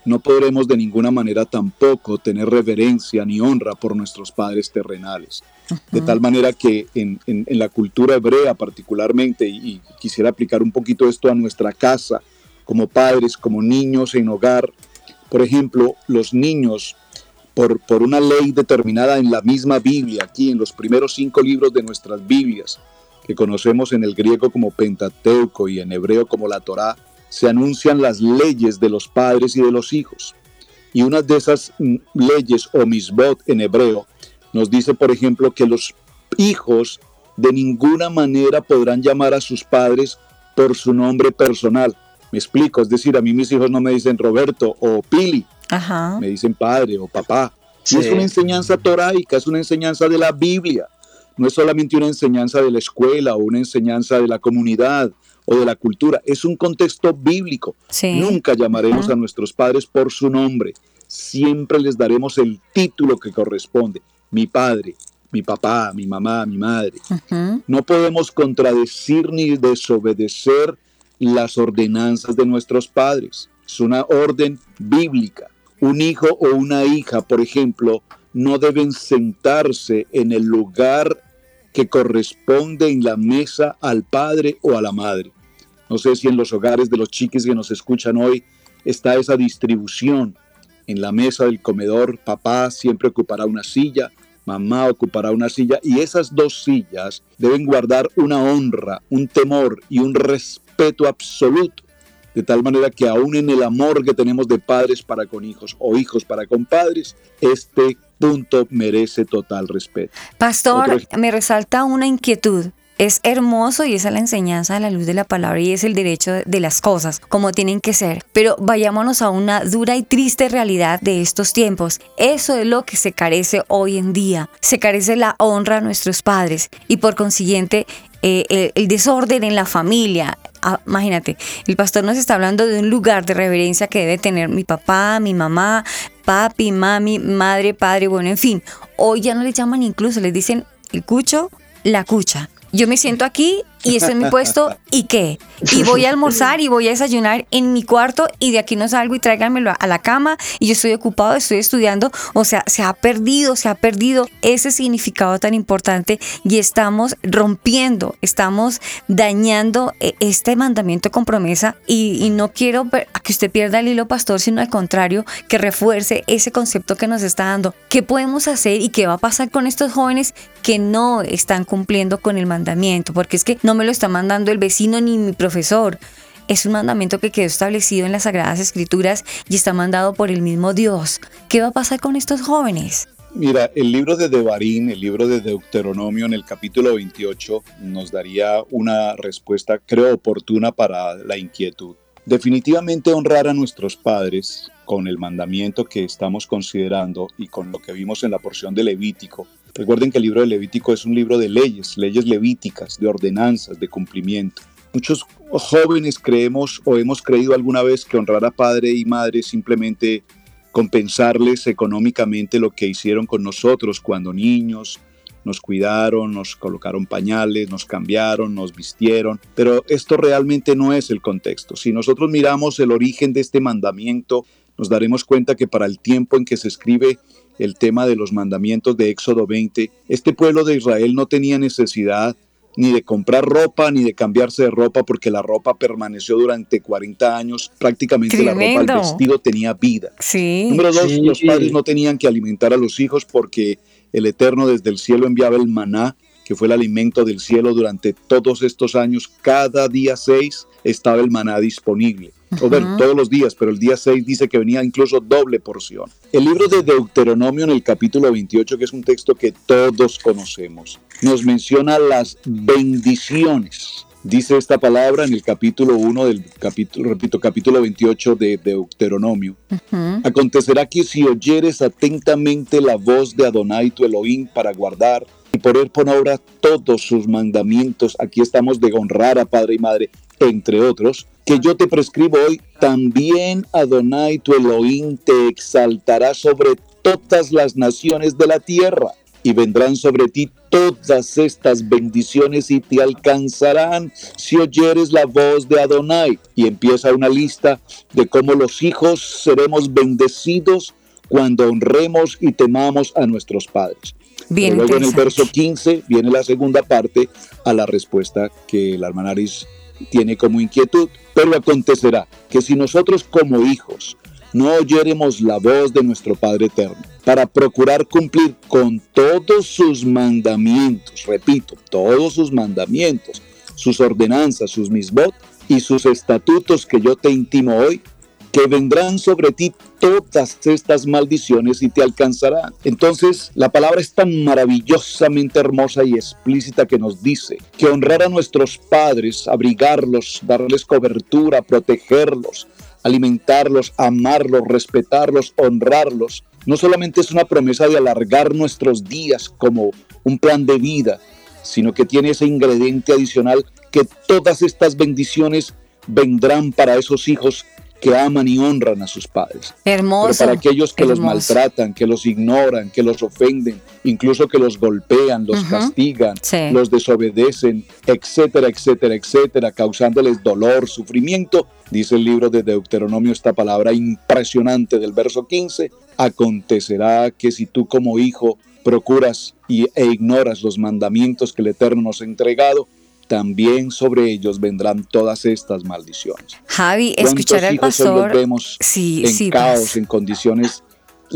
no podremos de ninguna manera tampoco tener reverencia ni honra por nuestros padres terrenales. Uh-huh. De tal manera que en, en, en la cultura hebrea particularmente, y, y quisiera aplicar un poquito esto a nuestra casa, como padres, como niños en hogar, por ejemplo, los niños, por, por una ley determinada en la misma Biblia, aquí en los primeros cinco libros de nuestras Biblias, que conocemos en el griego como Pentateuco y en hebreo como la Torá, se anuncian las leyes de los padres y de los hijos. Y una de esas leyes, o misbot en hebreo, nos dice, por ejemplo, que los hijos de ninguna manera podrán llamar a sus padres por su nombre personal. Me explico, es decir, a mí mis hijos no me dicen Roberto o Pili, Ajá. me dicen padre o papá. Sí. Y es una enseñanza toráica, es una enseñanza de la Biblia. No es solamente una enseñanza de la escuela o una enseñanza de la comunidad o de la cultura, es un contexto bíblico. Sí. Nunca llamaremos uh-huh. a nuestros padres por su nombre, siempre les daremos el título que corresponde, mi padre, mi papá, mi mamá, mi madre. Uh-huh. No podemos contradecir ni desobedecer las ordenanzas de nuestros padres, es una orden bíblica. Un hijo o una hija, por ejemplo, no deben sentarse en el lugar que corresponde en la mesa al padre o a la madre. No sé si en los hogares de los chiquis que nos escuchan hoy está esa distribución. En la mesa del comedor, papá siempre ocupará una silla, mamá ocupará una silla, y esas dos sillas deben guardar una honra, un temor y un respeto absoluto, de tal manera que aún en el amor que tenemos de padres para con hijos o hijos para con padres, este punto merece total respeto. Pastor, Otro... me resalta una inquietud. Es hermoso y esa es la enseñanza a la luz de la palabra y es el derecho de las cosas como tienen que ser. Pero vayámonos a una dura y triste realidad de estos tiempos. Eso es lo que se carece hoy en día. Se carece la honra a nuestros padres y por consiguiente eh, el, el desorden en la familia. Ah, imagínate, el pastor nos está hablando de un lugar de reverencia que debe tener mi papá, mi mamá, papi, mami, madre, padre, bueno, en fin. Hoy ya no les llaman incluso, les dicen el cucho, la cucha. Yo me siento aquí y estoy en mi puesto, ¿y qué? Y voy a almorzar y voy a desayunar en mi cuarto y de aquí no salgo y tráiganmelo a la cama y yo estoy ocupado, estoy estudiando. O sea, se ha perdido, se ha perdido ese significado tan importante y estamos rompiendo, estamos dañando este mandamiento con promesa y, y no quiero a que usted pierda el hilo, pastor, sino al contrario, que refuerce ese concepto que nos está dando. ¿Qué podemos hacer y qué va a pasar con estos jóvenes que no están cumpliendo con el mandamiento? Porque es que no me lo está mandando el vecino ni mi profesor. Es un mandamiento que quedó establecido en las Sagradas Escrituras y está mandado por el mismo Dios. ¿Qué va a pasar con estos jóvenes? Mira, el libro de Devarim, el libro de Deuteronomio en el capítulo veintiocho nos daría una respuesta, creo, oportuna para la inquietud. Definitivamente honrar a nuestros padres con el mandamiento que estamos considerando y con lo que vimos en la porción de Levítico. Recuerden que el libro de Levítico es un libro de leyes, leyes levíticas, de ordenanzas, de cumplimiento. Muchos jóvenes creemos o hemos creído alguna vez que honrar a padre y madre es simplemente compensarles económicamente lo que hicieron con nosotros cuando niños, nos cuidaron, nos colocaron pañales, nos cambiaron, nos vistieron, pero esto realmente no es el contexto. Si nosotros miramos el origen de este mandamiento, nos daremos cuenta que para el tiempo en que se escribe el tema de los mandamientos de Éxodo veinte, este pueblo de Israel no tenía necesidad ni de comprar ropa, ni de cambiarse de ropa, porque la ropa permaneció durante cuarenta años, prácticamente Tremendo. La ropa, el vestido tenía vida. Sí. Número dos, sí, los sí. padres no tenían que alimentar a los hijos porque el Eterno desde el cielo enviaba el maná, que fue el alimento del cielo durante todos estos años. Cada día seis estaba el maná disponible. O bueno, todos los días, pero el día seis dice que venía incluso doble porción. El libro de Deuteronomio en el capítulo veintiocho, que es un texto que todos conocemos, nos menciona las bendiciones. Dice esta palabra en el capítulo uno del capítulo, repito, capítulo veintiocho de Deuteronomio. Uh-huh. Acontecerá que si oyeres atentamente la voz de Adonai tu Elohim para guardar y poner por obra todos sus mandamientos, aquí estamos de honrar a padre y madre, entre otros, que yo te prescribo hoy, también Adonai tu Elohim te exaltará sobre todas las naciones de la tierra. y vendrán sobre ti todas estas bendiciones y te alcanzarán si oyeres la voz de Adonai. Y empieza una lista de cómo los hijos seremos bendecidos cuando honremos y temamos a nuestros padres. Bien, Pero luego en el verso quince viene la segunda parte a la respuesta que la hermana Aris tiene como inquietud. Pero acontecerá que si nosotros como hijos no oyéremos la voz de nuestro Padre Eterno para procurar cumplir con todos sus mandamientos, repito, todos sus mandamientos, sus ordenanzas, sus misbot y sus estatutos que yo te intimo hoy, que vendrán sobre ti todas estas maldiciones y te alcanzarán. Entonces, la palabra es tan maravillosamente hermosa y explícita que nos dice que honrar a nuestros padres, abrigarlos, darles cobertura, protegerlos, alimentarlos, amarlos, respetarlos, honrarlos, no solamente es una promesa de alargar nuestros días como un plan de vida, sino que tiene ese ingrediente adicional que todas estas bendiciones vendrán para esos hijos que aman y honran a sus padres. Hermoso. Pero para aquellos que hermoso. los maltratan, que los ignoran, que los ofenden, incluso que los golpean, los uh-huh. castigan, sí. los desobedecen, etcétera, etcétera, etcétera, causándoles dolor, sufrimiento, dice el libro de Deuteronomio esta palabra impresionante del verso quince, acontecerá que si tú como hijo procuras y, e ignoras los mandamientos que el Eterno nos ha entregado, también sobre ellos vendrán todas estas maldiciones. Javi, escuchar al pastor. Los vemos sí, en sí, caos, pues. en condiciones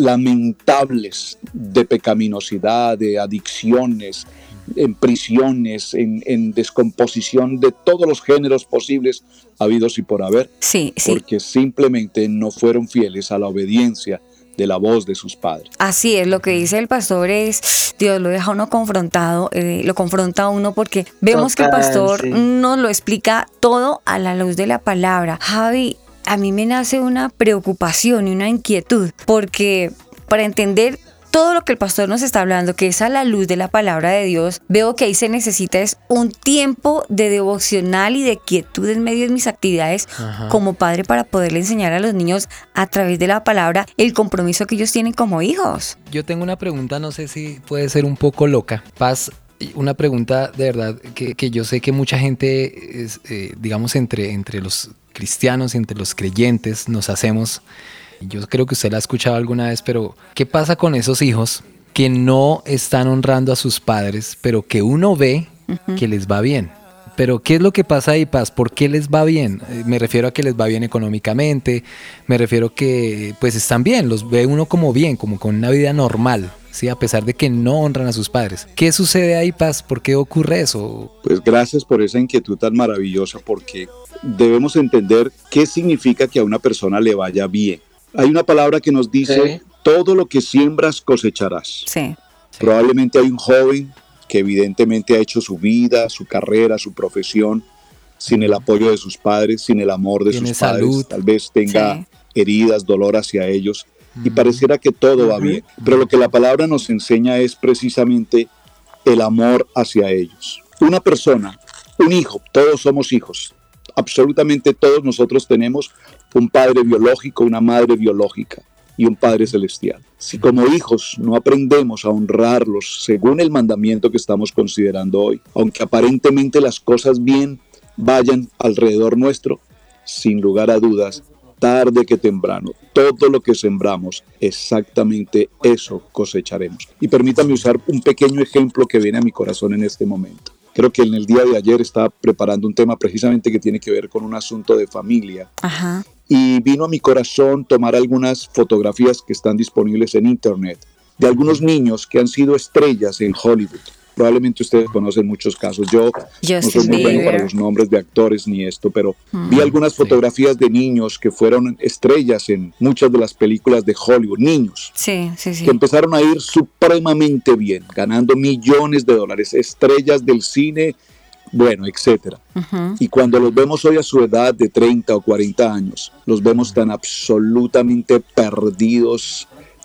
lamentables de pecaminosidad, de adicciones, en prisiones, en, en descomposición de todos los géneros posibles habidos y por haber. Sí, sí. Porque simplemente no fueron fieles a la obediencia de la voz de sus padres. Así es, lo que dice el pastor es, Dios lo deja a uno confrontado, eh, lo confronta a uno porque vemos Total, que el pastor sí. nos lo explica todo a la luz de la palabra. Javi, a mí me nace una preocupación y una inquietud, porque para entender todo lo que el pastor nos está hablando, que es a la luz de la palabra de Dios, veo que ahí se necesita es un tiempo de devocional y de quietud en medio de mis actividades Ajá. como padre para poderle enseñar a los niños a través de la palabra el compromiso que ellos tienen como hijos. Yo tengo una pregunta, no sé si puede ser un poco loca. Paz, una pregunta de verdad que, que yo sé que mucha gente, es, eh, digamos, entre, entre los cristianos, entre los creyentes, nos hacemos. Yo creo que usted la ha escuchado alguna vez, pero ¿qué pasa con esos hijos que no están honrando a sus padres, pero que uno ve uh-huh. que les va bien? Pero ¿qué es lo que pasa ahí, Paz? ¿Por qué les va bien? Me refiero a que les va bien económicamente, me refiero a que pues están bien, los ve uno como bien, como con una vida normal, ¿sí? A pesar de que no honran a sus padres. ¿Qué sucede ahí, Paz? ¿Por qué ocurre eso? Pues gracias por esa inquietud tan maravillosa, porque debemos entender qué significa que a una persona le vaya bien. Hay una palabra que nos dice, sí. todo lo que siembras cosecharás. Sí. Probablemente hay un joven que evidentemente ha hecho su vida, su carrera, su profesión, sin el apoyo de sus padres, sin el amor de Tiene sus salud. padres. Tal vez tenga sí. heridas, dolor hacia ellos, uh-huh. y pareciera que todo uh-huh. va bien. Pero lo que la palabra nos enseña es precisamente el amor hacia ellos. Una persona, un hijo, todos somos hijos. Absolutamente todos nosotros tenemos un padre biológico, una madre biológica y un padre celestial. Si como hijos no aprendemos a honrarlos según el mandamiento que estamos considerando hoy, aunque aparentemente las cosas bien vayan alrededor nuestro, sin lugar a dudas, tarde que temprano, todo lo que sembramos, exactamente eso cosecharemos. Y permítame usar un pequeño ejemplo que viene a mi corazón en este momento. Creo que en el día de ayer estaba preparando un tema precisamente que tiene que ver con un asunto de familia. Ajá. Y vino a mi corazón tomar algunas fotografías que están disponibles en internet de algunos niños que han sido estrellas en Hollywood. Probablemente ustedes conocen muchos casos. Yo Justin no soy muy Bieber. bueno para los nombres de actores ni esto, pero Mm, vi algunas sí. fotografías de niños que fueron estrellas en muchas de las películas de Hollywood. Niños Sí, sí, sí. que empezaron a ir supremamente bien, ganando millones de dólares, estrellas del cine, bueno, etcétera. Uh-huh. Y cuando los vemos hoy a su edad de treinta o cuarenta años, los vemos tan absolutamente perdidos,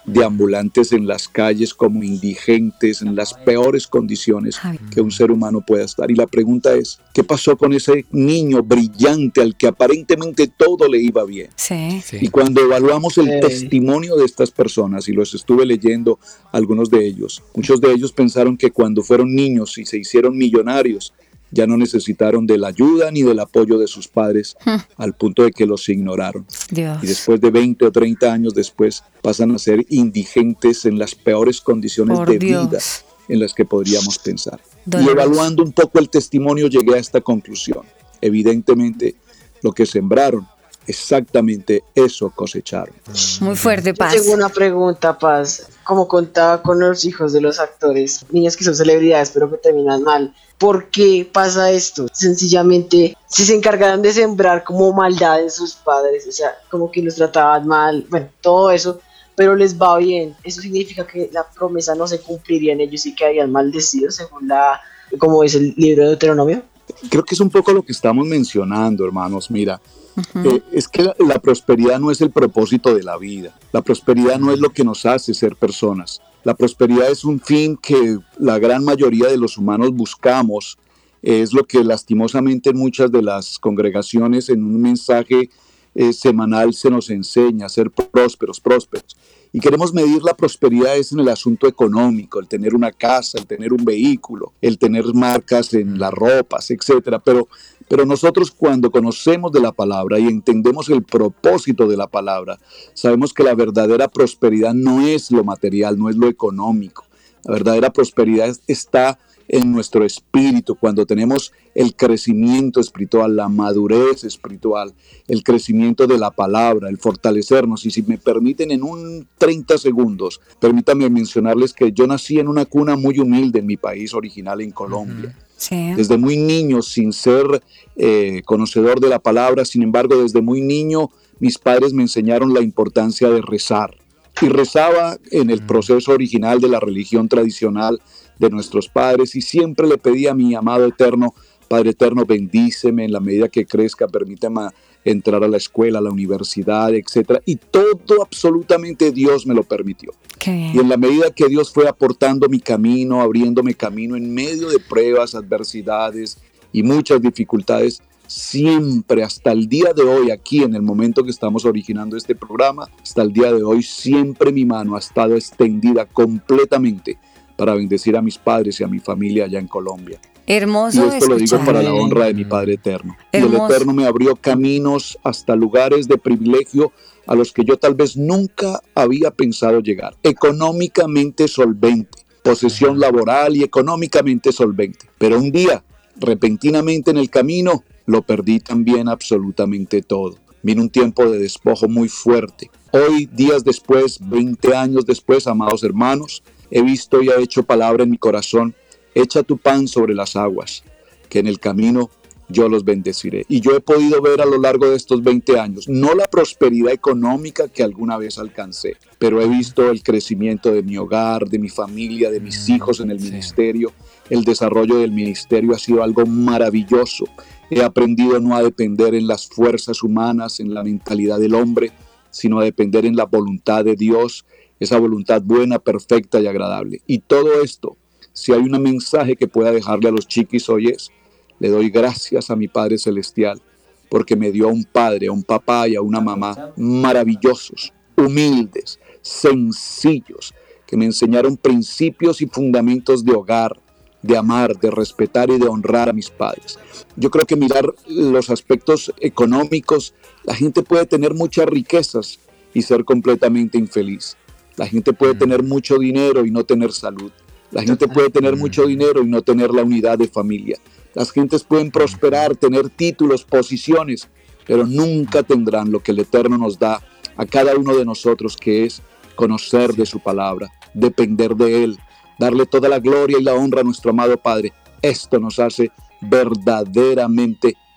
deambulantes en las calles como indigentes, en las peores condiciones que un ser humano pueda estar. Y la pregunta es, ¿qué pasó con ese niño brillante al que aparentemente todo le iba bien? Sí. Sí. Y cuando evaluamos el Sí. testimonio de estas personas, y los estuve leyendo algunos de ellos, muchos de ellos pensaron que cuando fueron niños y se hicieron millonarios, ya no necesitaron de la ayuda ni del apoyo de sus padres, hmm. al punto de que los ignoraron. Dios. Y después de veinte o treinta años después pasan a ser indigentes en las peores condiciones Por de Dios. vida en las que podríamos pensar. Dolores. Y evaluando un poco el testimonio llegué a esta conclusión. Evidentemente, lo que sembraron, exactamente eso cosecharon. Muy fuerte, Paz. Yo tengo una pregunta, Paz. Como contaba con los hijos de los actores, niños que son celebridades pero que terminan mal, ¿por qué pasa esto? Sencillamente, si se encargaron de sembrar como maldad en sus padres, o sea, como que los trataban mal, bueno, todo eso, pero les va bien. Eso significa que la promesa no se cumpliría en ellos y que hayan maldecidos, según la, como es el libro de Deuteronomio. Creo que es un poco lo que estamos mencionando, hermanos. Mira, uh-huh. eh, es que la, la prosperidad no es el propósito de la vida. La prosperidad no es lo que nos hace ser personas. La prosperidad es un fin que la gran mayoría de los humanos buscamos. Es lo que lastimosamente en muchas de las congregaciones en un mensaje eh, semanal se nos enseña, ser prósperos, prósperos. Y queremos medir la prosperidad es en el asunto económico, el tener una casa, el tener un vehículo, el tener marcas en las ropas, etcétera. Pero, pero nosotros cuando conocemos de la palabra y entendemos el propósito de la palabra, sabemos que la verdadera prosperidad no es lo material, no es lo económico. La verdadera prosperidad está en nuestro espíritu, cuando tenemos el crecimiento espiritual, la madurez espiritual, el crecimiento de la palabra, el fortalecernos. Y si me permiten en un treinta segundos, permítanme mencionarles que yo nací en una cuna muy humilde en mi país original, en Colombia. Uh-huh. Sí. Desde muy niño, sin ser eh, conocedor de la palabra, sin embargo, desde muy niño, mis padres me enseñaron la importancia de rezar. Y rezaba en el proceso original de la religión tradicional de nuestros padres, y siempre le pedí a mi amado eterno, Padre eterno, bendíceme en la medida que crezca, permíteme entrar a la escuela, a la universidad, etcétera. Y todo absolutamente Dios me lo permitió. Y en la medida que Dios fue aportando mi camino, abriéndome camino en medio de pruebas, adversidades y muchas dificultades, siempre hasta el día de hoy, aquí en el momento que estamos originando este programa, hasta el día de hoy, siempre mi mano ha estado extendida completamente para bendecir a mis padres y a mi familia allá en Colombia. Hermoso. Y esto lo digo para la honra de mi Padre Eterno. Hermoso. Y el Eterno me abrió caminos hasta lugares de privilegio a los que yo tal vez nunca había pensado llegar. Económicamente solvente, posesión laboral y económicamente solvente. Pero un día, repentinamente en el camino, lo perdí también absolutamente todo. Vino un tiempo de despojo muy fuerte. Hoy, días después, veinte años después, amados hermanos, he visto y he hecho palabra en mi corazón: echa tu pan sobre las aguas, que en el camino yo los bendeciré. Y yo he podido ver a lo largo de estos veinte años, no la prosperidad económica que alguna vez alcancé, pero he visto el crecimiento de mi hogar, de mi familia, de mis hijos en el ministerio. El desarrollo del ministerio ha sido algo maravilloso. He aprendido no a depender en las fuerzas humanas, en la mentalidad del hombre, sino a depender en la voluntad de Dios, esa voluntad buena, perfecta y agradable. Y todo esto, si hay un mensaje que pueda dejarle a los chiquis hoy, es: le doy gracias a mi Padre Celestial, porque me dio a un padre, a un papá y a una mamá maravillosos, humildes, sencillos, que me enseñaron principios y fundamentos de hogar, de amar, de respetar y de honrar a mis padres. Yo creo que mirar los aspectos económicos, la gente puede tener muchas riquezas y ser completamente infeliz. La gente puede tener mucho dinero y no tener salud. La gente puede tener mucho dinero y no tener la unidad de familia. Las gentes pueden prosperar, tener títulos, posiciones, pero nunca tendrán lo que el Eterno nos da a cada uno de nosotros, que es conocer de su palabra, depender de Él, darle toda la gloria y la honra a nuestro amado Padre. Esto nos hace verdaderamente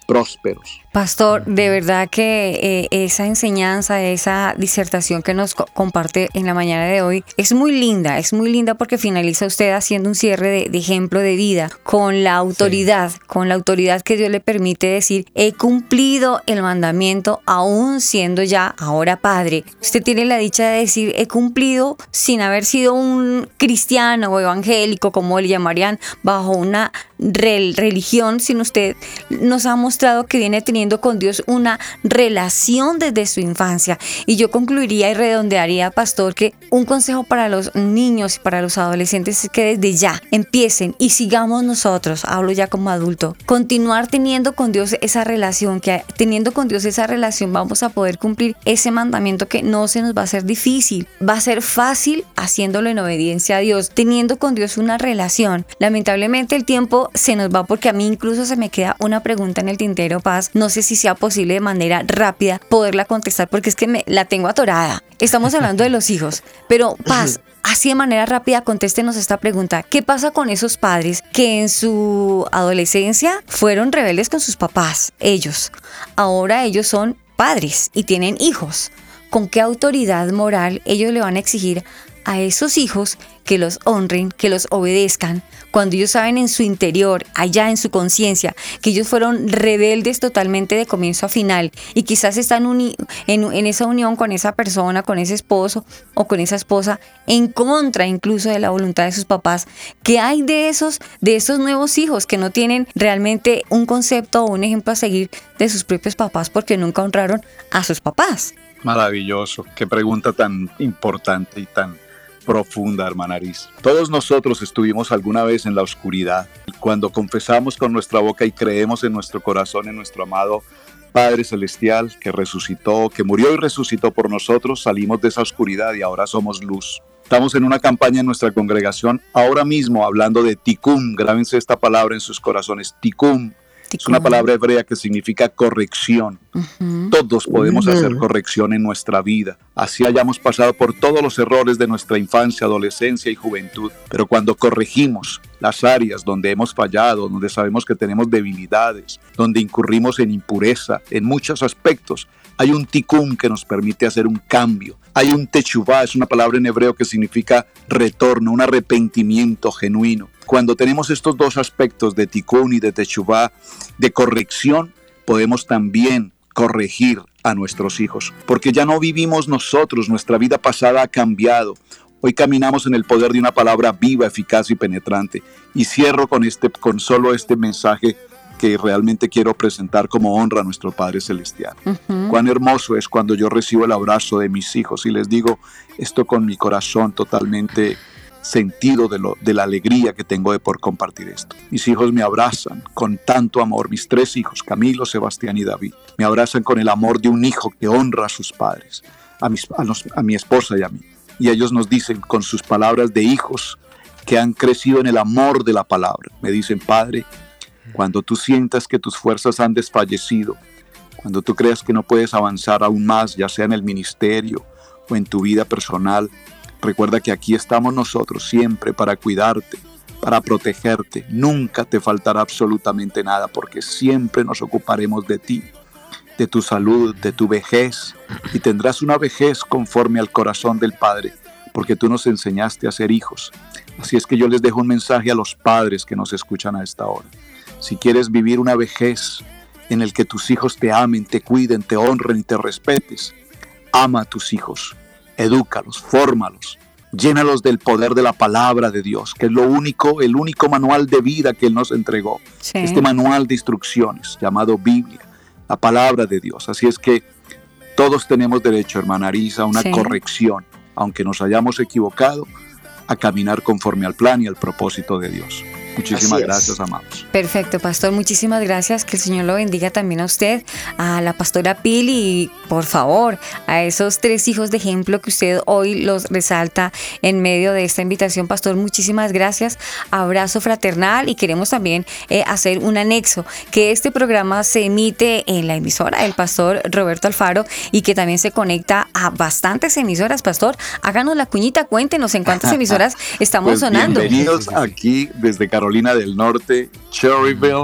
prósperos. Pastor, de verdad que eh, esa enseñanza, esa disertación que nos co- comparte en la mañana de hoy es muy linda, es muy linda porque finaliza usted haciendo un cierre de, de ejemplo de vida con la autoridad, sí. con la autoridad que Dios le permite decir, he cumplido el mandamiento aún siendo ya ahora padre. Usted tiene la dicha de decir, he cumplido sin haber sido un cristiano o evangélico, como le llamarían, bajo una rel- religión, sino usted nos ha mostrado que viene teniendo con Dios una relación desde su infancia. Y yo concluiría y redondearía, pastor, que un consejo para los niños y para los adolescentes es que desde ya empiecen y sigamos nosotros, hablo ya como adulto, continuar teniendo con Dios esa relación, que teniendo con Dios esa relación vamos a poder cumplir ese mandamiento que no se nos va a hacer difícil, va a ser fácil haciéndolo en obediencia a Dios, teniendo con Dios una relación. Lamentablemente el tiempo se nos va porque a mí incluso se me queda una pregunta en el tintero, Paz, no sé si sea posible de manera rápida poderla contestar porque es que me la tengo atorada. Estamos hablando de los hijos, pero Paz, así de manera rápida contéstenos esta pregunta. ¿Qué pasa con esos padres que en su adolescencia fueron rebeldes con sus papás? Ellos. Ahora ellos son padres y tienen hijos. ¿Con qué autoridad moral ellos le van a exigir a esos hijos que los honren, que los obedezcan, cuando ellos saben en su interior, allá en su conciencia, que ellos fueron rebeldes totalmente de comienzo a final y quizás están uni- en, en esa unión con esa persona, con ese esposo o con esa esposa, en contra incluso de la voluntad de sus papás? ¿Qué hay de esos, de esos nuevos hijos que no tienen realmente un concepto o un ejemplo a seguir de sus propios papás porque nunca honraron a sus papás? Maravilloso, qué pregunta tan importante y tan profunda, hermana Aris. Todos nosotros estuvimos alguna vez en la oscuridad. Cuando confesamos con nuestra boca y creemos en nuestro corazón en nuestro amado Padre Celestial que resucitó, que murió y resucitó por nosotros, salimos de esa oscuridad y ahora somos luz. Estamos en una campaña en nuestra congregación ahora mismo hablando de tikkun. Grábense esta palabra en sus corazones, tikkun. Es una palabra hebrea que significa corrección. Uh-huh. Todos podemos uh-huh. hacer corrección en nuestra vida. Así hayamos pasado por todos los errores de nuestra infancia, adolescencia y juventud. Pero cuando corregimos las áreas donde hemos fallado, donde sabemos que tenemos debilidades, donde incurrimos en impureza, en muchos aspectos, hay un tikkun que nos permite hacer un cambio. Hay un teshuvá, es una palabra en hebreo que significa retorno, un arrepentimiento genuino. Cuando tenemos estos dos aspectos de tikkun y de teshuvá, de corrección, podemos también corregir a nuestros hijos, porque ya no vivimos nosotros, nuestra vida pasada ha cambiado. Hoy caminamos en el poder de una palabra viva, eficaz y penetrante. Y cierro con, este, con solo este mensaje que realmente quiero presentar como honra a nuestro Padre Celestial. Uh-huh. Cuán hermoso es cuando yo recibo el abrazo de mis hijos y les digo esto con mi corazón totalmente sentido de, lo, de la alegría que tengo de por compartir esto. Mis hijos me abrazan con tanto amor, mis tres hijos, Camilo, Sebastián y David, me abrazan con el amor de un hijo que honra a sus padres, a, mis, a, los, a mi esposa y a mí. Y ellos nos dicen con sus palabras de hijos que han crecido en el amor de la palabra. Me dicen, Padre, cuando tú sientas que tus fuerzas han desfallecido, cuando tú creas que no puedes avanzar aún más, ya sea en el ministerio o en tu vida personal, recuerda que aquí estamos nosotros siempre para cuidarte, para protegerte. Nunca te faltará absolutamente nada porque siempre nos ocuparemos de ti, de tu salud, de tu vejez, y tendrás una vejez conforme al corazón del Padre, porque tú nos enseñaste a ser hijos. Así es que yo les dejo un mensaje a los padres que nos escuchan a esta hora. Si quieres vivir una vejez en el que tus hijos te amen, te cuiden, te honren y te respetes, ama a tus hijos, edúcalos, fórmalos, llénalos del poder de la palabra de Dios, que es lo único, el único manual de vida que Él nos entregó. Sí. Este manual de instrucciones llamado Biblia, la palabra de Dios. Así es que todos tenemos derecho, hermana Arisa, a una sí. corrección, aunque nos hayamos equivocado, a caminar conforme al plan y al propósito de Dios. Muchísimas gracias, amados. Perfecto, pastor, muchísimas gracias. Que el Señor lo bendiga también a usted, a la pastora Pili y, por favor, a esos tres hijos de ejemplo que usted hoy los resalta en medio de esta invitación. Pastor, muchísimas gracias. Abrazo fraternal y queremos también eh, hacer un anexo, que este programa se emite en la emisora del pastor Roberto Alfaro y que también se conecta a bastantes emisoras. Pastor, háganos la cuñita, cuéntenos en cuántas emisoras estamos pues sonando. Bienvenidos aquí desde Carolina del Norte, Cherryville,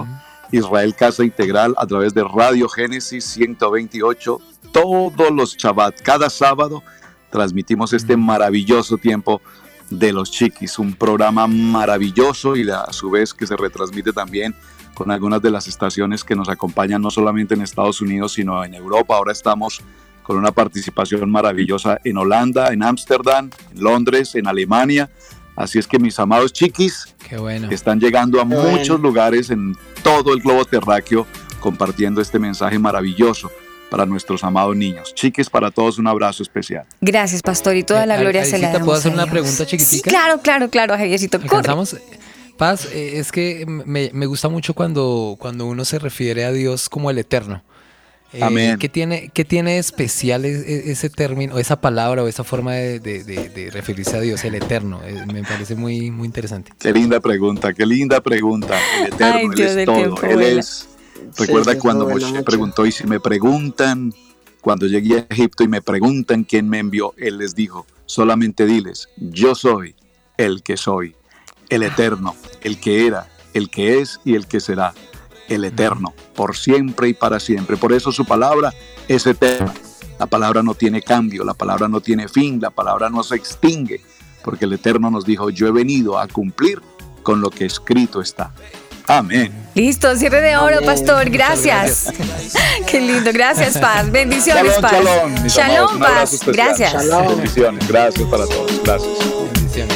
Israel Casa Integral a través de Radio Génesis ciento veintiocho. Todos los Shabbat, cada sábado, transmitimos este maravilloso tiempo de los Chiquis, un programa maravilloso y a su vez que se retransmite también con algunas de las estaciones que nos acompañan no solamente en Estados Unidos, sino en Europa. Ahora estamos con una participación maravillosa en Holanda, en Ámsterdam, en Londres, en Alemania. Así es que mis amados Chiquis, qué bueno, están llegando a Qué muchos bueno. lugares en todo el globo terráqueo compartiendo este mensaje maravilloso para nuestros amados niños. Chiquis, para todos un abrazo especial. Gracias, pastor, y toda la Eh, gloria se la Alicita, damos ¿puedo hacer a una Dios? pregunta chiquitica? Sí, claro, claro, claro, Javiercito, corre. ¿Alcanzamos? Paz, eh, es que me, me gusta mucho cuando, cuando uno se refiere a Dios como el Eterno. Eh, Amén. ¿Qué tiene, qué tiene especial es- es- ese término, o esa palabra, o esa forma de, de- de- de referirse a Dios, el Eterno? Eh, me parece muy, muy interesante. Qué linda pregunta, qué linda pregunta. El Eterno, Ay, Él Dios es del todo. tiempo, Él vuela. es... Recuerda Sí, sí, cuando vuela Moshe mucho. preguntó, y si me preguntan, cuando llegué a Egipto y me preguntan quién me envió, Él les dijo, solamente diles, yo soy el que soy, el Eterno, el que era, el que es y el que será, el Eterno, por siempre y para siempre. Por eso su palabra es eterna. La palabra no tiene cambio, la palabra no tiene fin, la palabra no se extingue, porque el Eterno nos dijo, yo he venido a cumplir con lo que escrito está. Amén. Listo, cierre de oro, Amén. pastor, gracias. Qué lindo, gracias, Paz. Bendiciones, Shalom, Paz. shalom, mis amados, Shalom, un abrazo Paz. especial. Gracias. Shalom. Bendiciones, gracias para todos, gracias. Bendiciones.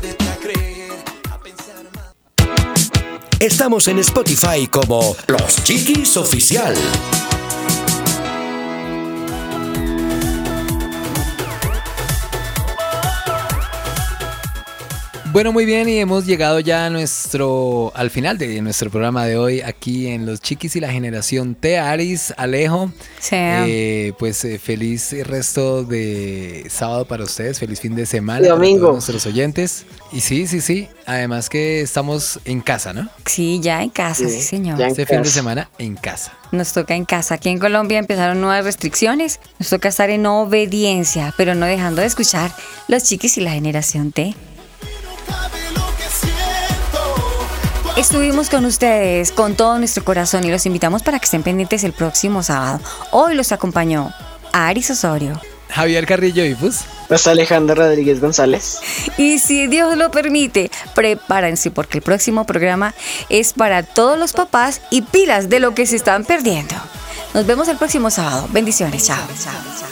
Estamos en Spotify como Los Chiquis Oficial. Bueno, muy bien, y hemos llegado ya a nuestro, al final de nuestro programa de hoy, aquí en Los Chiquis y la Generación T. Aris, Alejo, Sí. eh, pues eh, feliz resto de sábado para ustedes, feliz fin de semana Y para domingo. todos nuestros oyentes. Y sí, sí, sí, además que estamos en casa, ¿no? Sí, ya en casa, sí, Sí, señor. ya en Este fin de casa. semana en casa. Nos toca en casa. Aquí en Colombia empezaron nuevas restricciones. Nos toca estar en obediencia, pero no dejando de escuchar Los Chiquis y la Generación T. Estuvimos con ustedes con todo nuestro corazón y los invitamos para que estén pendientes el próximo sábado. Hoy los acompañó Aris Osorio. Javier Carrillo y pues. Pues Alejandro Rodríguez González. Y si Dios lo permite, prepárense porque el próximo programa es para todos los papás y pilas de lo que se están perdiendo. Nos vemos el próximo sábado. Bendiciones. Chao. Chao. Chao.